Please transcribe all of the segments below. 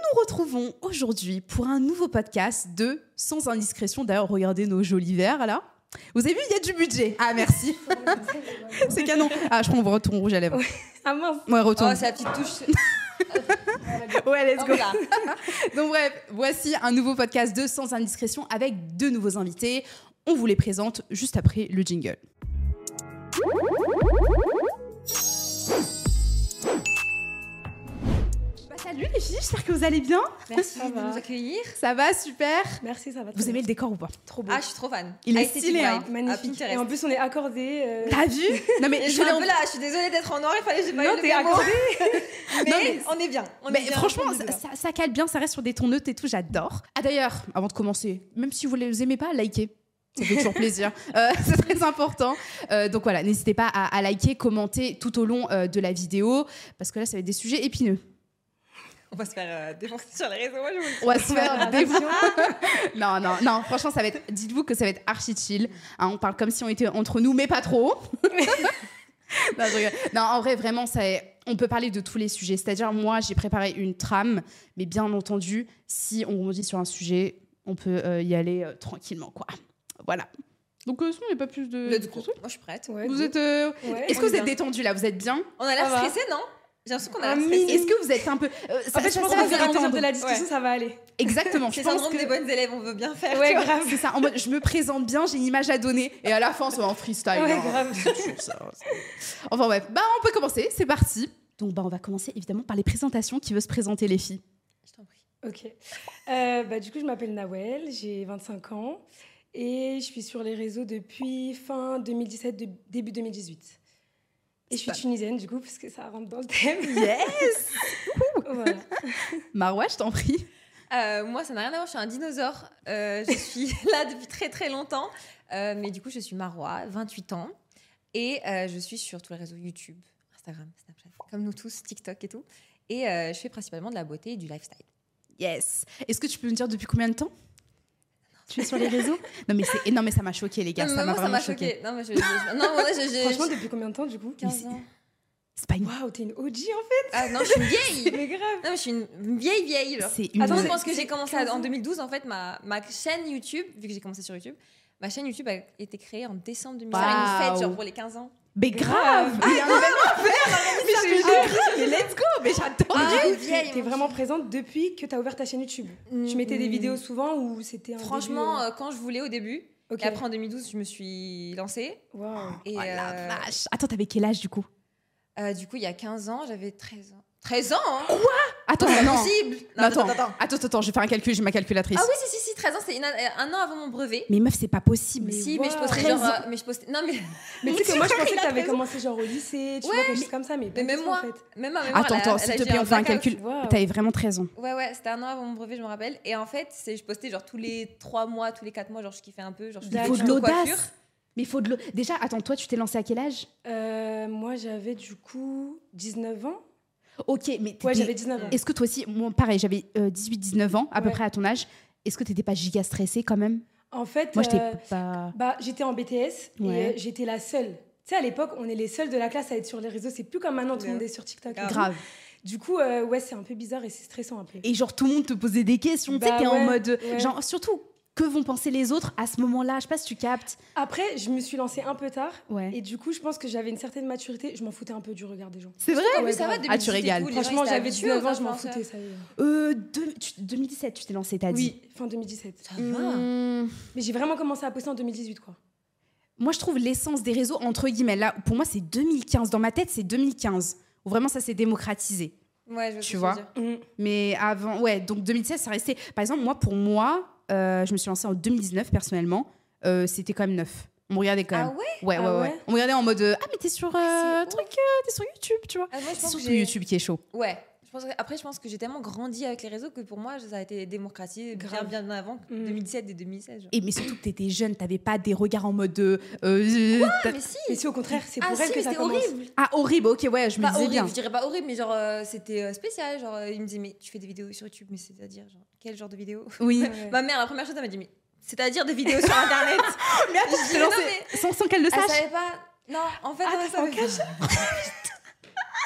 nous retrouvons aujourd'hui pour un nouveau podcast de Sans Indiscrétion. D'ailleurs, regardez nos jolis verres là. Vous avez vu, il y a du budget. Ah, merci. C'est canon. Ah, je prends mon retour rouge à lèvres. Ah mince. Ouais, retourne. Oh, c'est la petite touche. Ouais, let's go. Là. Donc bref, voici un nouveau podcast de Sans Indiscrétion avec deux nouveaux invités. On vous les présente juste après le jingle. Salut les filles, j'espère que vous allez bien. Merci de nous accueillir. Ça va, super. Merci, ça va. Vous aimez le décor ou pas? Trop beau. Ah, je suis trop fan. Il est Aesthetic stylé, hein. vibe, Magnifique. Pinterest. Et en plus, on est accordés. T'as vu? Non mais Je suis un peu là, je suis désolée d'être en noir, il fallait que j'ai pas Non, eu le t'es même mot. accordée. Mais on est bien. Mais franchement, ça cale bien, ça reste sur des tons neutres et tout, j'adore. Ah d'ailleurs, avant de commencer, même si vous les aimez pas, likez. Ça fait toujours plaisir. C'est très important. Donc voilà, n'hésitez pas à liker, commenter tout au long de la vidéo, parce que là, ça va être des sujets épineux. On va se faire défoncer sur les réseaux, moi je vous le dis. On va se faire défoncer. Non, franchement, ça va être. Dites-vous que ça va être archi chill. Hein, on parle comme si on était entre nous, mais pas trop. Non, je rigole. Non, en vrai, vraiment, on peut parler de tous les sujets. C'est-à-dire, moi, j'ai préparé une trame, mais bien entendu, si on rebondit sur un sujet, on peut y aller tranquillement, quoi. Voilà. Donc, sinon, il n'y a pas plus de. Let's go. Moi je suis prête. Ouais, Vous go. êtes. Ouais. Est-ce que vous êtes détendu là? Vous êtes bien? On a l'air Ça va. stressé, non? J'ai l'impression qu'on a Un l'air stressé. Est-ce que vous êtes un peu. En fait, je pense ça qu'au va fur et à mesure détendre. de la discussion, Ouais. ça va aller. Exactement. C'est Je pense syndrome que. des bonnes élèves, on veut bien faire. Ouais, tu vois. grave. C'est ça, en mode je me présente bien, j'ai une image à donner et à la fin c'est en freestyle. Ouais, hein. grave. C'est toujours ça. Enfin bref, on peut commencer, c'est parti. Donc on va commencer évidemment par les présentations. Qui veut se présenter les filles? Je t'en prie. Ok. Du coup, je m'appelle Nawel, j'ai 25 ans et je suis sur les réseaux depuis fin 2017, début 2018. Et je suis tunisienne, du coup, parce que ça rentre dans le thème. Yes. Voilà. Marwa, je t'en prie. Moi, ça n'a rien à voir, je suis un dinosaure. Je suis là depuis très très longtemps. Mais du coup, je suis Marwa, 28 ans. Et je suis sur tous les réseaux YouTube, Instagram, Snapchat, comme nous tous, TikTok et tout. Et je fais principalement de la beauté et du lifestyle. Yes. Est-ce que tu peux me dire depuis combien de temps tu es sur les réseaux? Non mais ça m'a choqué les gars, ça m'a vraiment choqué. Non, mais Franchement, depuis combien de temps, du coup? 15 ans. C'est pas une. Waouh, t'es une OG, en fait. Ah non, je suis une vieille. Mais grave. Non, mais je suis une vieille. Genre. C'est une. Attends, je c'est- pense que c'est j'ai commencé 15 ans. en 2012. En fait, ma chaîne YouTube, vu que j'ai commencé sur YouTube, ma chaîne YouTube a été créée en décembre 2012. Faire une fête, genre pour les 15 ans. Mais grave. Il y a un événement à faire. Mais je te jure. Mais let's go. Mais j'adore. Ah, Du coup, vieille, t'es mon vraiment présente depuis que t'as ouvert ta chaîne YouTube. Tu mettais des vidéos souvent ou c'était un Franchement, début, quand je voulais au début. Ok. Et après, en 2012, je me suis lancée. Waouh. Et Oh la vache. Attends, t'avais quel âge du coup? du coup, il y a 15 ans, j'avais 13 ans. 13 ans, hein? Attends, C'est non. possible. Non, attends, je vais faire un calcul, j'ai ma calculatrice. Ah oui, si, 13 ans, c'est un an avant mon brevet. Mais meuf, c'est pas possible. Mais Si, wow. mais je postais 13 genre. ans. Mais je postais. Non, mais. Mais tu sais que moi, je pensais que Il a t'avais 13 ans. commencé genre au lycée, tu Ouais, vois, quelque chose comme ça, mais pas Mais du même tout, moi, en fait. même ma mémoire. Attends, s'il te plaît, on fait un calcul. Wow. T'avais vraiment 13 ans. Ouais, c'était un an avant mon brevet, je me rappelle. Et en fait, je postais genre tous les 3 mois, tous les 4 mois, genre je kiffais un peu. Genre, je Il faisais faut des de tutos coiffure. l'audace. Mais il faut de l'audace. Déjà, attends, toi, tu t'es lancée à quel âge? Moi, j'avais du coup 19 ans. Ok, mais Ouais, t'étais- j'avais 19 ans. Est-ce que toi aussi, moi, pareil, j'avais 18-19 ans, à peu Ouais. près à ton âge. Est-ce que t'étais pas giga stressée quand même? En fait, Moi, j'étais pas. j'étais en BTS Ouais. et j'étais la seule. Tu sais, à l'époque, on est les seuls de la classe à être sur les réseaux. C'est plus comme maintenant, tout le monde est sur TikTok. et tout. Grave. Du coup, ouais, c'est un peu bizarre et c'est stressant un peu. Et genre, tout le monde te posait des questions. Tu sais, Bah t'es en ouais, mode. ouais. Genre, surtout, que vont penser les autres à ce moment-là? Je sais pas si tu captes. Après, je me suis lancée un peu tard. Ouais. Et du coup, je pense que j'avais une certaine maturité. Je m'en foutais un peu du regard des gens. C'est vrai? En plus, Ouais, ça va, grave. 2018 Ah, tu régales. et tout, les gens, Franchement, ils étaient j'avais habitués 19 aux ans, je m'en influenceurs. foutais, ça y est. 2017, tu t'es lancée, t'as dit. Oui, fin 2017. Ça va. Mais j'ai vraiment commencé à poster en 2018, quoi. Moi, je trouve l'essence des réseaux, entre guillemets, là, pour moi, c'est 2015. Dans ma tête, c'est 2015. Où vraiment, ça s'est démocratisé. Ouais, je vois ce Tu que vois. veux dire. Mais avant, ouais, donc 2016, ça restait. Par exemple, pour moi, je me suis lancée en 2019, personnellement. C'était quand même neuf. On me regardait quand même. Ah ouais? Ouais, Ah ouais. ouais On me regardait en mode ah, mais t'es sur c'est t'es sur YouTube, tu vois. Ah, moi, je C'est pense que surtout YouTube qui est chaud. Ouais. Après, je pense que j'ai tellement grandi avec les réseaux que pour moi, ça a été démocratisé Grave. bien avant, 2017 et 2016. Genre. Et mais surtout que t'étais jeune, t'avais pas des regards en mode. Ah, mais si! Mais si, au contraire, c'est Ah pour si, elle que mais ça c'était commence. horrible! Ah, horrible, ok, ouais, je me Pas disais horrible, bien. je dirais pas horrible, mais genre c'était spécial. Genre, il me disait, mais tu fais des vidéos sur YouTube, mais c'est-à-dire, genre, quel genre de vidéo? Oui. Ouais. Ma mère, la première chose, elle m'a dit, mais c'est-à-dire des vidéos sur Internet? Mais attends, Je je dis, t'ai non, lancé mais sans qu'elle le elle sache. savait pas. Non, en fait, Ah, elle t'as savait fait pas.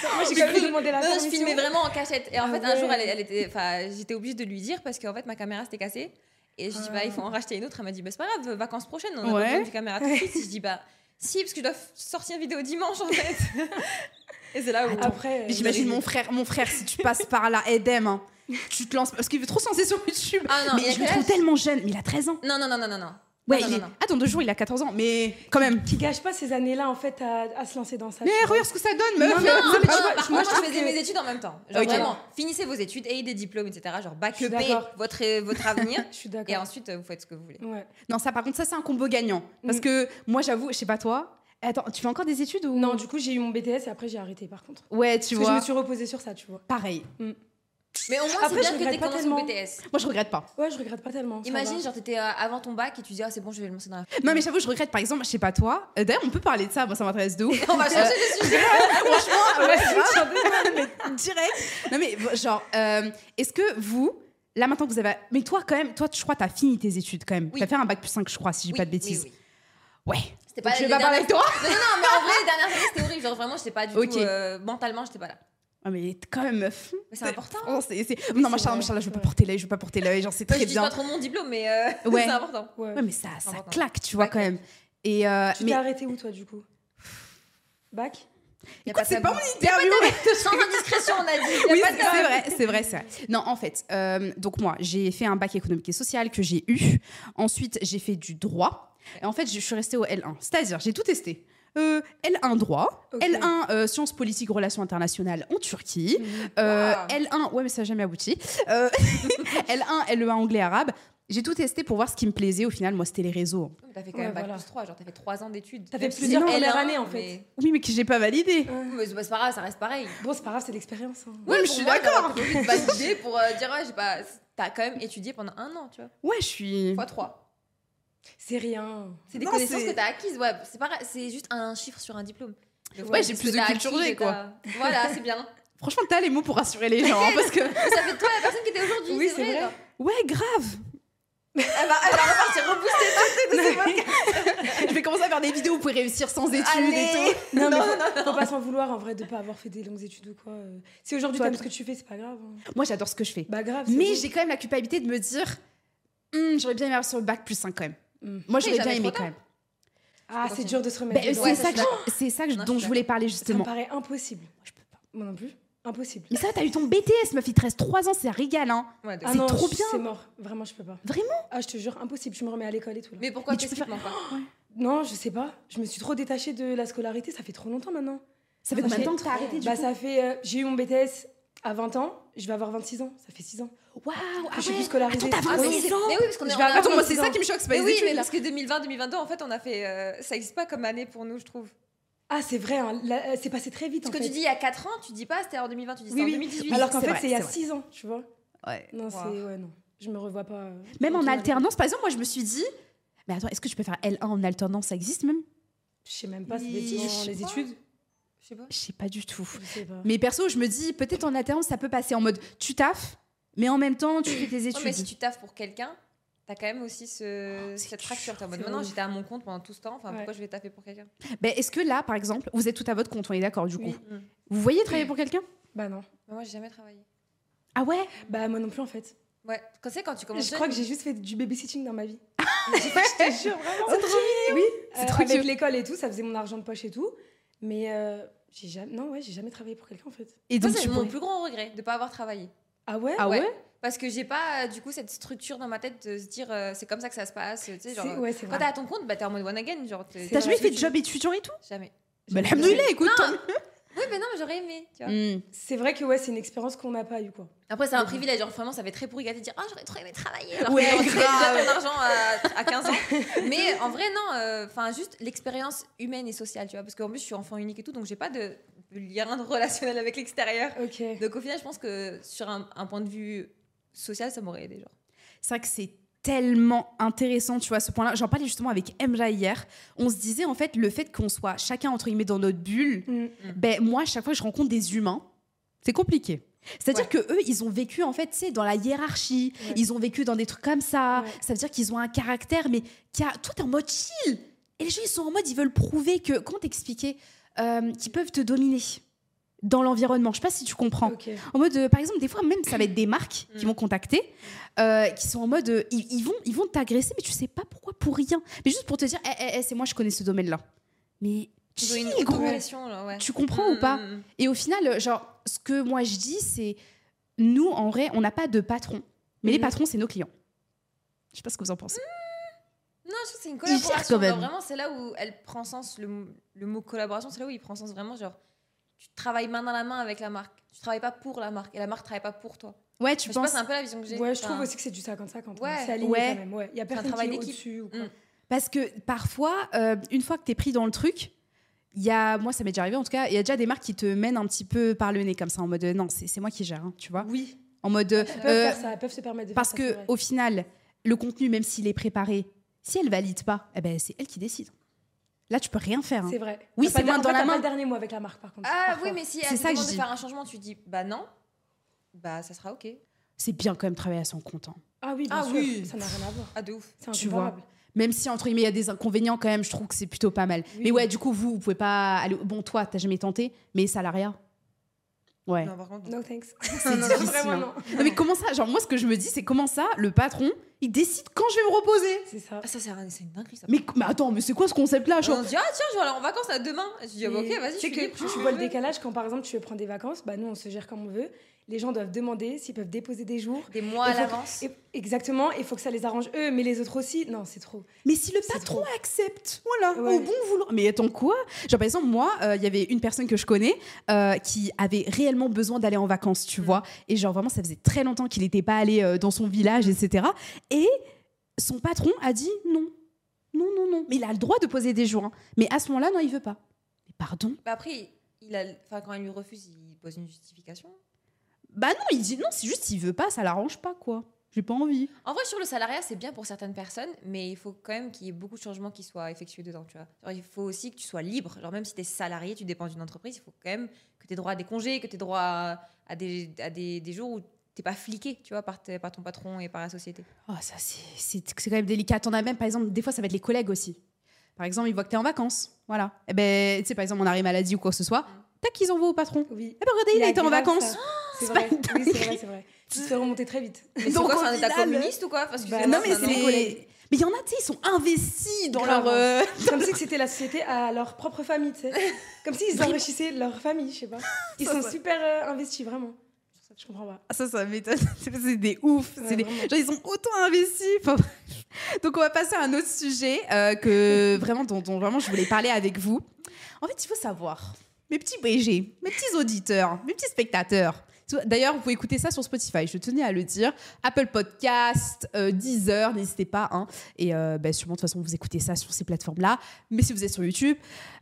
Moi, j'ai quand même demandé la Non, je permission. filmais vraiment en cachette. Et en fait, un ouais. jour, j'étais obligée de lui dire parce qu'en fait, ma caméra s'était cassée. Et je dis, il faut en racheter une autre. Elle m'a dit, c'est pas grave, vacances prochaines, on a pas besoin de caméra tout de suite. Je dis, si, parce que je dois sortir une vidéo dimanche en fait. Et c'est là où. Après, j'imagine mon frère, si tu passes par là, Edem, hein, tu te lances parce qu'il veut trop se lancer sur YouTube. Ah non, mais je le trouve tellement jeune, mais il a 13 ans. Non. Ouais, non. Attends, 2 jours, il a 14 ans, mais quand même. qui gâche pas ces années-là en fait à se lancer dans ça. Mais tu vois. regarde ce que ça donne, meuf. Non, mais tu vois, Par moi, contre, je je trouve faisais que- mes études en même temps. Genre Ok. vraiment, finissez vos études, ayez des diplômes, etc. Genre suis backupez d'accord. votre avenir. Je suis d'accord. Et ensuite, vous faites ce que vous voulez. Ouais. Non, ça, par contre, ça, c'est un combo gagnant. Parce que moi, j'avoue, je sais pas toi. Attends, tu fais encore des études ou... Non, du coup, j'ai eu mon BTS et après, j'ai arrêté par contre. Ouais, tu Parce que vois. je me suis reposée sur ça, tu vois. Pareil. Mais au moins, Après, c'est je bien que regrette t'aies pas commencé tellement. au BTS. Moi, je regrette pas. Ouais, je regrette pas tellement. ça Imagine, va. genre, t'étais avant ton bac et tu dis, ah, c'est bon, je vais me lancer dans la. Non, mais j'avoue, je regrette, par exemple, je sais pas toi. D'ailleurs, on peut parler de ça, moi, ça m'intéresse de ouf. On va chercher le sujet. Franchement, ouais, mais direct. Non, mais genre, est-ce que vous, là, maintenant que vous avez. Mais toi, quand même, toi, je crois, t'as fini tes études quand même. Oui. T'as fait un bac plus 5, je crois, si je dis pas de bêtises. Oui. Ouais. C'était Donc, pas je vais les pas parler avec toi. Non, mais en vrai, les dernières années, c'était horrible. Genre, vraiment, j'étais pas du Ok. tout. Mentalement, j'étais pas là. Ah, mais quand même, meuf. Mais c'est important. Oh, non, c'est machin, vrai, je veux pas ouais. porter l'œil, je veux pas porter l'œil. Genre, c'est Moi, très je dis bien. pas trop mon diplôme, mais Ouais. c'est important. Ouais. Ouais, mais ça important. claque, tu vois, Ouais, quand même. Et. Tu mais t'es arrêté où, toi, du coup Bac Y a écoute, de c'est tabou. pas mon interview. Sans indiscrétion, on a dit. Y a Oui, pas c'est de tabou. vrai, c'est vrai, c'est vrai. Non, en fait, donc moi, j'ai fait un bac économique et social que j'ai eu. Ensuite, j'ai fait du droit. Et en fait, je suis restée au L1. C'est-à-dire, j'ai tout testé. L1 droit, Ok. L1 sciences politiques, relations internationales en Turquie, Wow. L1, ouais, mais ça n'a jamais abouti. L1, LE1 anglais arabe. J'ai tout testé pour voir ce qui me plaisait. Au final, moi, c'était les réseaux. T'as fait quand Ouais, même bac voilà. plus 3, genre t'as fait 3 ans d'études. T'as Même fait si plusieurs c'est premières L1, années, en fait. mais- Oui, mais que j'ai pas validé. Mais c'est pas grave, ça reste pareil. Bon, c'est pas grave, c'est l'expérience. Hein. Ouais, mais pour je suis moi, d'accord. T'as envie de valider pour dire, ouais, j'ai pas. T'as quand même étudié pendant 1 an, tu vois. Ouais, je suis. Fois 3. C'est rien. C'est des Non, connaissances c'est- que t'as acquises, ouais. C'est pas grave, c'est juste un chiffre sur un diplôme. Donc, Ouais, j'ai c'est ce plus que de t'as culture acquis, G, que quoi. t'as- Voilà, c'est bien. Franchement, t'as les mots pour rassurer les gens, hein, parce que. Ça fait toi la personne qui était aujourd'hui, Oui, c'est c'est vrai. vrai. genre. Ouais, grave. Elle va repartir rebooster. Je vais commencer à faire des vidéos où vous pouvez réussir sans études Allez. et tout. Non, mais faut pas s'en vouloir en vrai de pas avoir fait des longues études ou quoi. Si aujourd'hui Toi, t'aimes ce que tu fais, c'est pas grave. hein. Moi, j'adore ce que je fais. Bah grave. c'est Mais bon. j'ai quand même la culpabilité de me dire, j'aurais bien aimé avoir sur le bac plus 5 quand même. Moi, Mm. j'aurais bien jamais aimé trop quand même. Ah, c'est dur de se remettre Ben, dedans. Ouais, c'est ça, ça, je suis d'accord. c'est ça Non, dont je je suis voulais parler Ça me justement. paraît impossible. Je peux pas. Moi non plus. Impossible. Mais ça, t'as eu ton BTS, meuf, il te reste 3 ans, c'est un régal, hein. Ouais, de- Ah c'est non, trop bien. C'est mort. Vraiment, je peux pas. Vraiment? Ah, je te jure, impossible. Je me remets à l'école et tout. Là. Mais pourquoi Mais tu qu'est-ce peux qui te manque pas Non, je sais pas. Je me suis trop détachée de la scolarité. Ça fait trop longtemps maintenant. Ça fait Ça combien de fait temps que t'as arrêté du Bah coup? ça fait. J'ai eu mon BTS à 20 ans. Je vais avoir 26 ans. Ça fait 6 ans. Waouh, Je suis plus scolarisée. Attends, t'as Ah oui, 26 ans? Mais oui, parce qu'on est Je en vais avoir- Attends, moi, c'est 26 ça ans. qui me choque, c'est pas Mais les oui, études, mais là. parce que 2020-2022, en fait, on a fait. Ça existe pas comme année pour nous, je trouve. Ah, c'est vrai. Hein. C'est passé très vite. Ce en que fait. tu dis il y a 4 ans, tu dis pas c'était en 2020, tu dis Oui, c'était en oui. 2018. Alors qu'en c'est fait, vrai, c'est il y a c'est vrai. 6 ans, tu vois. Ouais. Non, Wow. c'est. Ouais, non. Je me revois pas. Même en retourner à alternance, par exemple, moi, je me suis dit, mais attends, est-ce que tu peux faire L1 en alternance? Ça existe même? l'école. Je sais même pas, c'est Je des sais les pas. études. Je sais pas. Je sais pas du tout. Je sais pas. Mais perso, je me dis, peut-être en alternance, ça peut passer en mode, tu taffes, mais en même temps, tu fais tes Ouais, études. mais si tu taffes pour quelqu'un, t'as quand même aussi cette c'est fracture. T'es en mode c'est maintenant, ouf. j'étais à mon compte pendant tout ce temps. Enfin, Ouais. pourquoi je vais taffer pour quelqu'un Ben, est-ce que là, par exemple, vous êtes tout à votre compte, on est d'accord du coup? Oui. Vous voyez travailler pour quelqu'un? Bah non. Moi, j'ai jamais travaillé. Ah ouais? Bah moi non plus en fait. Ouais, quand tu commences Je crois que j'ai juste fait du babysitting dans ma vie. Je te jure, vraiment. C'est trop mignon. Oui, C'est trop avec cute. l'école et tout, ça faisait mon argent de poche et tout. Mais j'ai jamais travaillé pour quelqu'un en fait. Et Moi, donc, c'est tu mon pourrais- plus grand regret de pas avoir travaillé. Ah ouais. Ah ouais? Parce que j'ai pas du coup cette structure dans ma tête de se dire c'est comme ça que ça se passe. Tu sais, genre, Ouais, c'est quand vrai. t'es à ton compte, bah t'es en mode one again. Genre, C'est T'as vrai. jamais fait de job étudiant et tout? Jamais. Bah, alhamdoulilah, écoute. Non. tant mieux. Oui, mais non, mais j'aurais aimé. Tu vois. C'est vrai que ouais, c'est une expérience qu'on n'a pas eu quoi. Après, c'est un privilège. Genre, vraiment, ça fait très pourri gâté de dire ah, j'aurais trop aimé travailler. Alors Ouais, que tu grave. gagnes déjà ton argent à 15 ans. Mais en vrai, non. Enfin, juste l'expérience humaine et sociale, tu vois. Parce qu'en plus, je suis enfant unique et tout, donc j'ai pas de lien relationnel avec l'extérieur. Ok. Donc au final, je pense que sur un point de vue social, ça m'aurait aidé. Genre. C'est vrai que c'est tellement intéressant, tu vois, ce point-là. J'en parlais justement avec Emra hier. On se disait, en fait, le fait qu'on soit chacun, entre guillemets, dans notre bulle, ben moi, à chaque fois que je rencontre des humains, c'est compliqué. C'est-à-dire Ouais. que eux, ils ont vécu, en fait, tu sais, dans la hiérarchie. Ouais. Ils ont vécu dans des trucs comme ça. Ouais. Ça veut dire qu'ils ont un caractère, mais toi, t'es en mode chill. Et les gens, ils sont en mode, ils veulent prouver que, comment t'expliquer, qu'ils peuvent te dominer. dans l'environnement. Je sais pas si tu comprends. Ok. En mode, par exemple, des fois même, ça va être des marques qui vont contacter, qui sont en mode, ils vont t'agresser, mais tu sais pas pourquoi, pour rien. Mais juste pour te dire, c'est moi, je connais ce domaine-là. Mais Ils ont une chill, gros. autopression, là, ouais. Tu comprends ou pas? Et au final, genre, ce que moi je dis, c'est, nous, en vrai, on n'a pas de patron. Mais les patrons, c'est nos clients. Je sais pas ce que vous en pensez. Non, je trouve que c'est une Ils gèrent collaboration. quand même. Genre, vraiment, c'est là où elle prend sens, le mot collaboration, c'est là où il prend sens vraiment. Genre, tu travailles main dans la main avec la marque. Tu travailles pas pour la marque et la marque travaille pas pour toi. Ouais, tu Je sais pas, penses? c'est un peu la vision que j'ai. Ouais, je trouve Enfin, aussi que c'est du 50-50. Ouais. C'est aligné Ouais. quand même. Ouais. Il y a personne travail qui est d'équipe. au-dessus ou quoi. Parce que parfois, une fois que t'es pris dans le truc, moi, ça m'est déjà arrivé en tout cas, il y a déjà des marques qui te mènent un petit peu par le nez comme ça, en mode non, c'est moi qui gère, hein, tu vois. Oui. En mode. Elles peuvent faire ça, elles peuvent se permettre de Parce faire ça. que c'est vrai. au final, le contenu, même s'il est préparé, si elle valide pas, eh ben, c'est elle qui décide. Là, tu peux rien faire. Hein. C'est vrai. Oui, T'as c'est pas main de- dans en fait, la t'as main. pas le dernier mot avec la marque, par contre. Ah parfois. oui, mais si C'est elle te ça que demande je de dis. faire un changement, tu dis bah non, bah ça sera ok. C'est bien quand même travailler à son compte. Hein. Ah oui, bien Ah sûr. oui. Ça n'a rien à voir. Ah de ouf. C'est Tu incomparable. Même si, entre guillemets, il y a des inconvénients quand même, je trouve que c'est plutôt pas mal. Oui. Mais ouais, du coup, vous pouvez pas aller. Bon, toi, t'as jamais tenté, mais salariat. Ouais. Non, par contre. No thanks. C'est Non, difficile. vraiment hein. non. Non, mais comment ça? Genre, moi, ce que je me dis, c'est comment ça, le patron, il décide quand je vais me reposer. C'est ça. Ah, ça, c'est une dinguerie ça. Mais attends, mais c'est quoi ce concept-là? On Genre, se dit, ah tiens, je vais aller en vacances là demain. Et je dis, ah, bah, ok, Mais vas-y, je tu sais suis libre. que tu vois le décalage quand, par exemple, tu veux prendre des vacances. Bah, nous, on se gère comme on veut. Les gens doivent demander s'ils peuvent déposer des jours. Des mois à Il faut que- l'avance. Exactement. Il faut que ça les arrange eux, mais les autres aussi. Non, c'est trop. mais si le C'est patron trop. accepte, voilà, Ouais. au bon vouloir. Mais attends, quoi? Genre, par exemple, moi, il y avait une personne que je connais qui avait réellement besoin d'aller en vacances, tu vois. Et genre, vraiment, ça faisait très longtemps qu'il n'était pas allé dans son village, etc. Et son patron a dit non. Non, non, non. Mais il a le droit de poser des jours. Hein. Mais à ce moment-là, non, il veut pas. Mais pardon? Bah, après, quand il lui refuse, il pose une justification. Bah non, il dit non, c'est juste s'il veut pas, ça l'arrange pas, quoi. J'ai pas envie. En vrai, sur le salariat, c'est bien pour certaines personnes, mais il faut quand même qu'il y ait beaucoup de changements qui soient effectués dedans, tu vois. Genre, il faut aussi que tu sois libre. Genre, même si tu es salarié, tu dépends d'une entreprise, il faut quand même que tu aies droit à des congés, que tu aies droit à des jours où t'es pas fliqué, tu vois, par ton patron et par la société. Oh, ça, c'est quand même délicat. T'en as même, par exemple, des fois, ça va être les collègues aussi. Par exemple, ils voient que t'es en vacances. Voilà. Et ben, tu sais, par exemple, on arrêt maladie ou quoi que ce soit. Tac, ils envoient au patron. Oui. Eh ben, regardez, il a été en grave vacances. ça. C'est c'est vrai. pas Oui, c'est vrai, c'est vrai. Tu te fais remonter très vite. Mais c'est Donc, quoi, au c'est un état final- communiste ou quoi? Parce que Bah, Non, mais non, c'est non. les collègues. Mais il y en a, tu sais, ils sont investis dans Grave. leur. Comme si que c'était la société à leur propre famille, tu sais. Comme s'ils enrichissaient leur famille, je sais pas. Ils sont super investis, vraiment. Je comprends pas. Ça m'étonne. C'est des ouf. Ouais, C'est des... vraiment. Genre, ils sont autant investis. Enfin, bref. Donc, on va passer à un autre sujet que vraiment, dont vraiment je voulais parler avec vous. En fait, il faut savoir, mes petits BG, mes petits auditeurs, mes petits spectateurs. D'ailleurs, vous pouvez écouter ça sur Spotify, je tenais à le dire. Apple Podcast, Deezer, n'hésitez pas. Hein. Et sûrement, de toute façon, vous écoutez ça sur ces plateformes-là. Mais si vous êtes sur YouTube,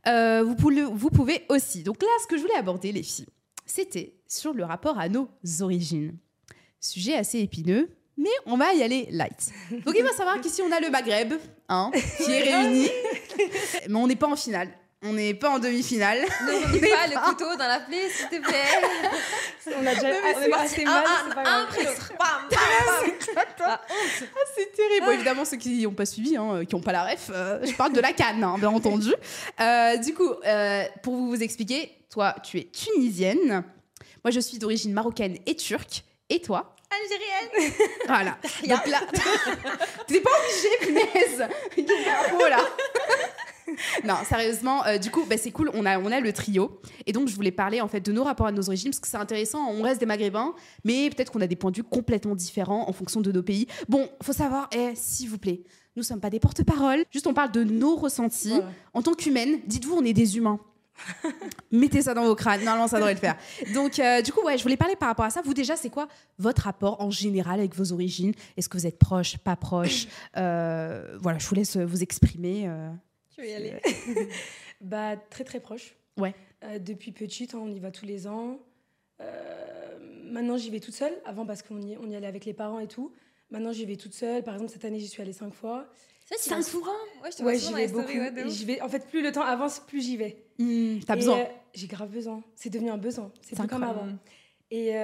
vous pouvez aussi. Donc là, ce que je voulais aborder, les filles, c'était sur le rapport à nos origines. Sujet assez épineux, mais on va y aller light. Donc il va savoir qu'ici, on a le Maghreb, hein, qui est réuni. Mais on n'est pas en finale. On n'est pas en demi-finale. Ne remets pas le couteau dans la plaie, s'il te plaît. On a déjà assez mal, c'est pas Un grave. après l'autre. Bam, bam, bam. C'est terrible. Bon, évidemment, ceux qui n'ont pas suivi, hein, qui n'ont pas la ref, je parle de la canne, hein, bien entendu. Du coup, pour vous expliquer, toi, tu es tunisienne. Moi, je suis d'origine marocaine et turque. Et toi? Algérienne. Voilà. Donc là, t'es pas obligée, punaise. Bravo, là. Non, sérieusement, du coup, c'est cool, on a le trio. Et donc, je voulais parler en fait de nos rapports à nos origines, parce que c'est intéressant, on reste des Maghrébins, mais peut-être qu'on a des points de vue complètement différents en fonction de nos pays. Bon, faut savoir, s'il vous plaît, nous sommes pas des porte-parole, juste on parle de nos ressentis. Voilà. En tant qu'humaine, dites-vous, on est des humains. Mettez ça dans vos crânes, normalement ça devrait le faire. Donc, du coup, je voulais parler par rapport à ça. Vous, déjà, c'est quoi votre rapport en général avec vos origines? Est-ce que vous êtes proche, pas proche? Voilà, je vous laisse vous exprimer. Tu veux y aller? Bah, très très proche. Ouais. Depuis petite, hein, on y va tous les ans. Maintenant, j'y vais toute seule. Avant, parce qu'on y allait avec les parents et tout. Maintenant, j'y vais toute seule. Par exemple, cette année, j'y suis allée 5 fois. Ça, tu vas souvent? Ouais, je te Ouais, vois souvent j'y dans vais les beaucoup. stories. Ouais, de Et ouf. j'y vais, en fait, plus le temps avance, plus j'y vais. T'as Et, besoin. j'ai grave besoin. C'est devenu un besoin. C'est C'est plus comme incroyable. avant. Et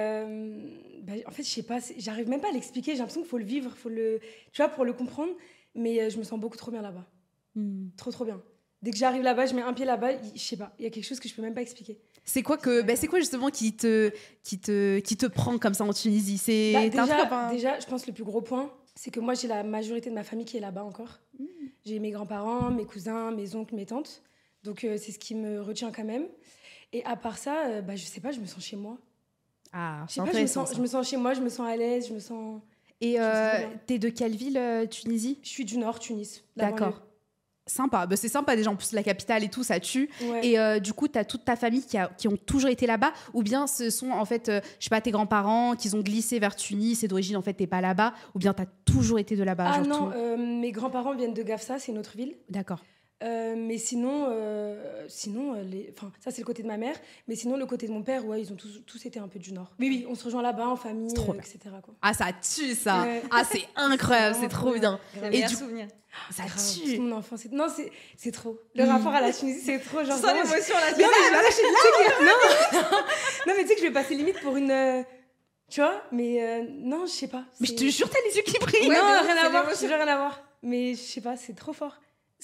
en fait, je sais pas, j'arrive même pas à l'expliquer. J'ai l'impression qu'il faut le vivre, tu vois, pour le comprendre. Mais je me sens beaucoup trop bien là-bas. Trop, trop bien. Dès que j'arrive là-bas, je mets un pied là-bas, je sais pas, il y a quelque chose que je peux même pas expliquer. C'est quoi justement qui te prend comme ça en Tunisie? Déjà, je pense que le plus gros point, c'est que moi, j'ai la majorité de ma famille qui est là-bas encore. J'ai mes grands-parents, mes cousins, mes oncles, mes tantes. Donc, c'est ce qui me retient quand même. Et à part ça, je sais pas, je me sens chez moi. Ah, je sais pas, je me sens chez moi, je me sens à l'aise, je me sens... Et t'es de quelle ville, Tunisie? Je suis du Nord, Tunis. D'accord. Sympa. C'est sympa déjà, en plus la capitale et tout, ça tue. Ouais. Et du coup, t'as toute ta famille qui ont toujours été là-bas, ou bien ce sont en fait, je sais pas, tes grands-parents qui ont glissé vers Tunis et d'origine en fait t'es pas là-bas, ou bien t'as toujours été de là-bas? Ah non, mes grands-parents viennent de Gafsa, c'est une autre ville. D'accord. Mais sinon, ça c'est le côté de ma mère. Mais sinon, le côté de mon père, ouais, ils ont tous été un peu du Nord. Oui, on se rejoint là-bas en famille, etc. Quoi. Ah, ça tue ça. Ouais. Ah, c'est incroyable, c'est trop bien. Et du souvenir. Ça tue. tue. Mon enfance, c'est trop. Le rapport à la Tunisie, c'est trop. Genre, sans l'émotion là. Non, mais tu sais que je vais passer limite pour une. Tu vois, mais non, je sais pas. Mais je te jure, t'as les yeux qui brillent. Ouais, non, rien à voir. Mais je sais pas, c'est trop fort.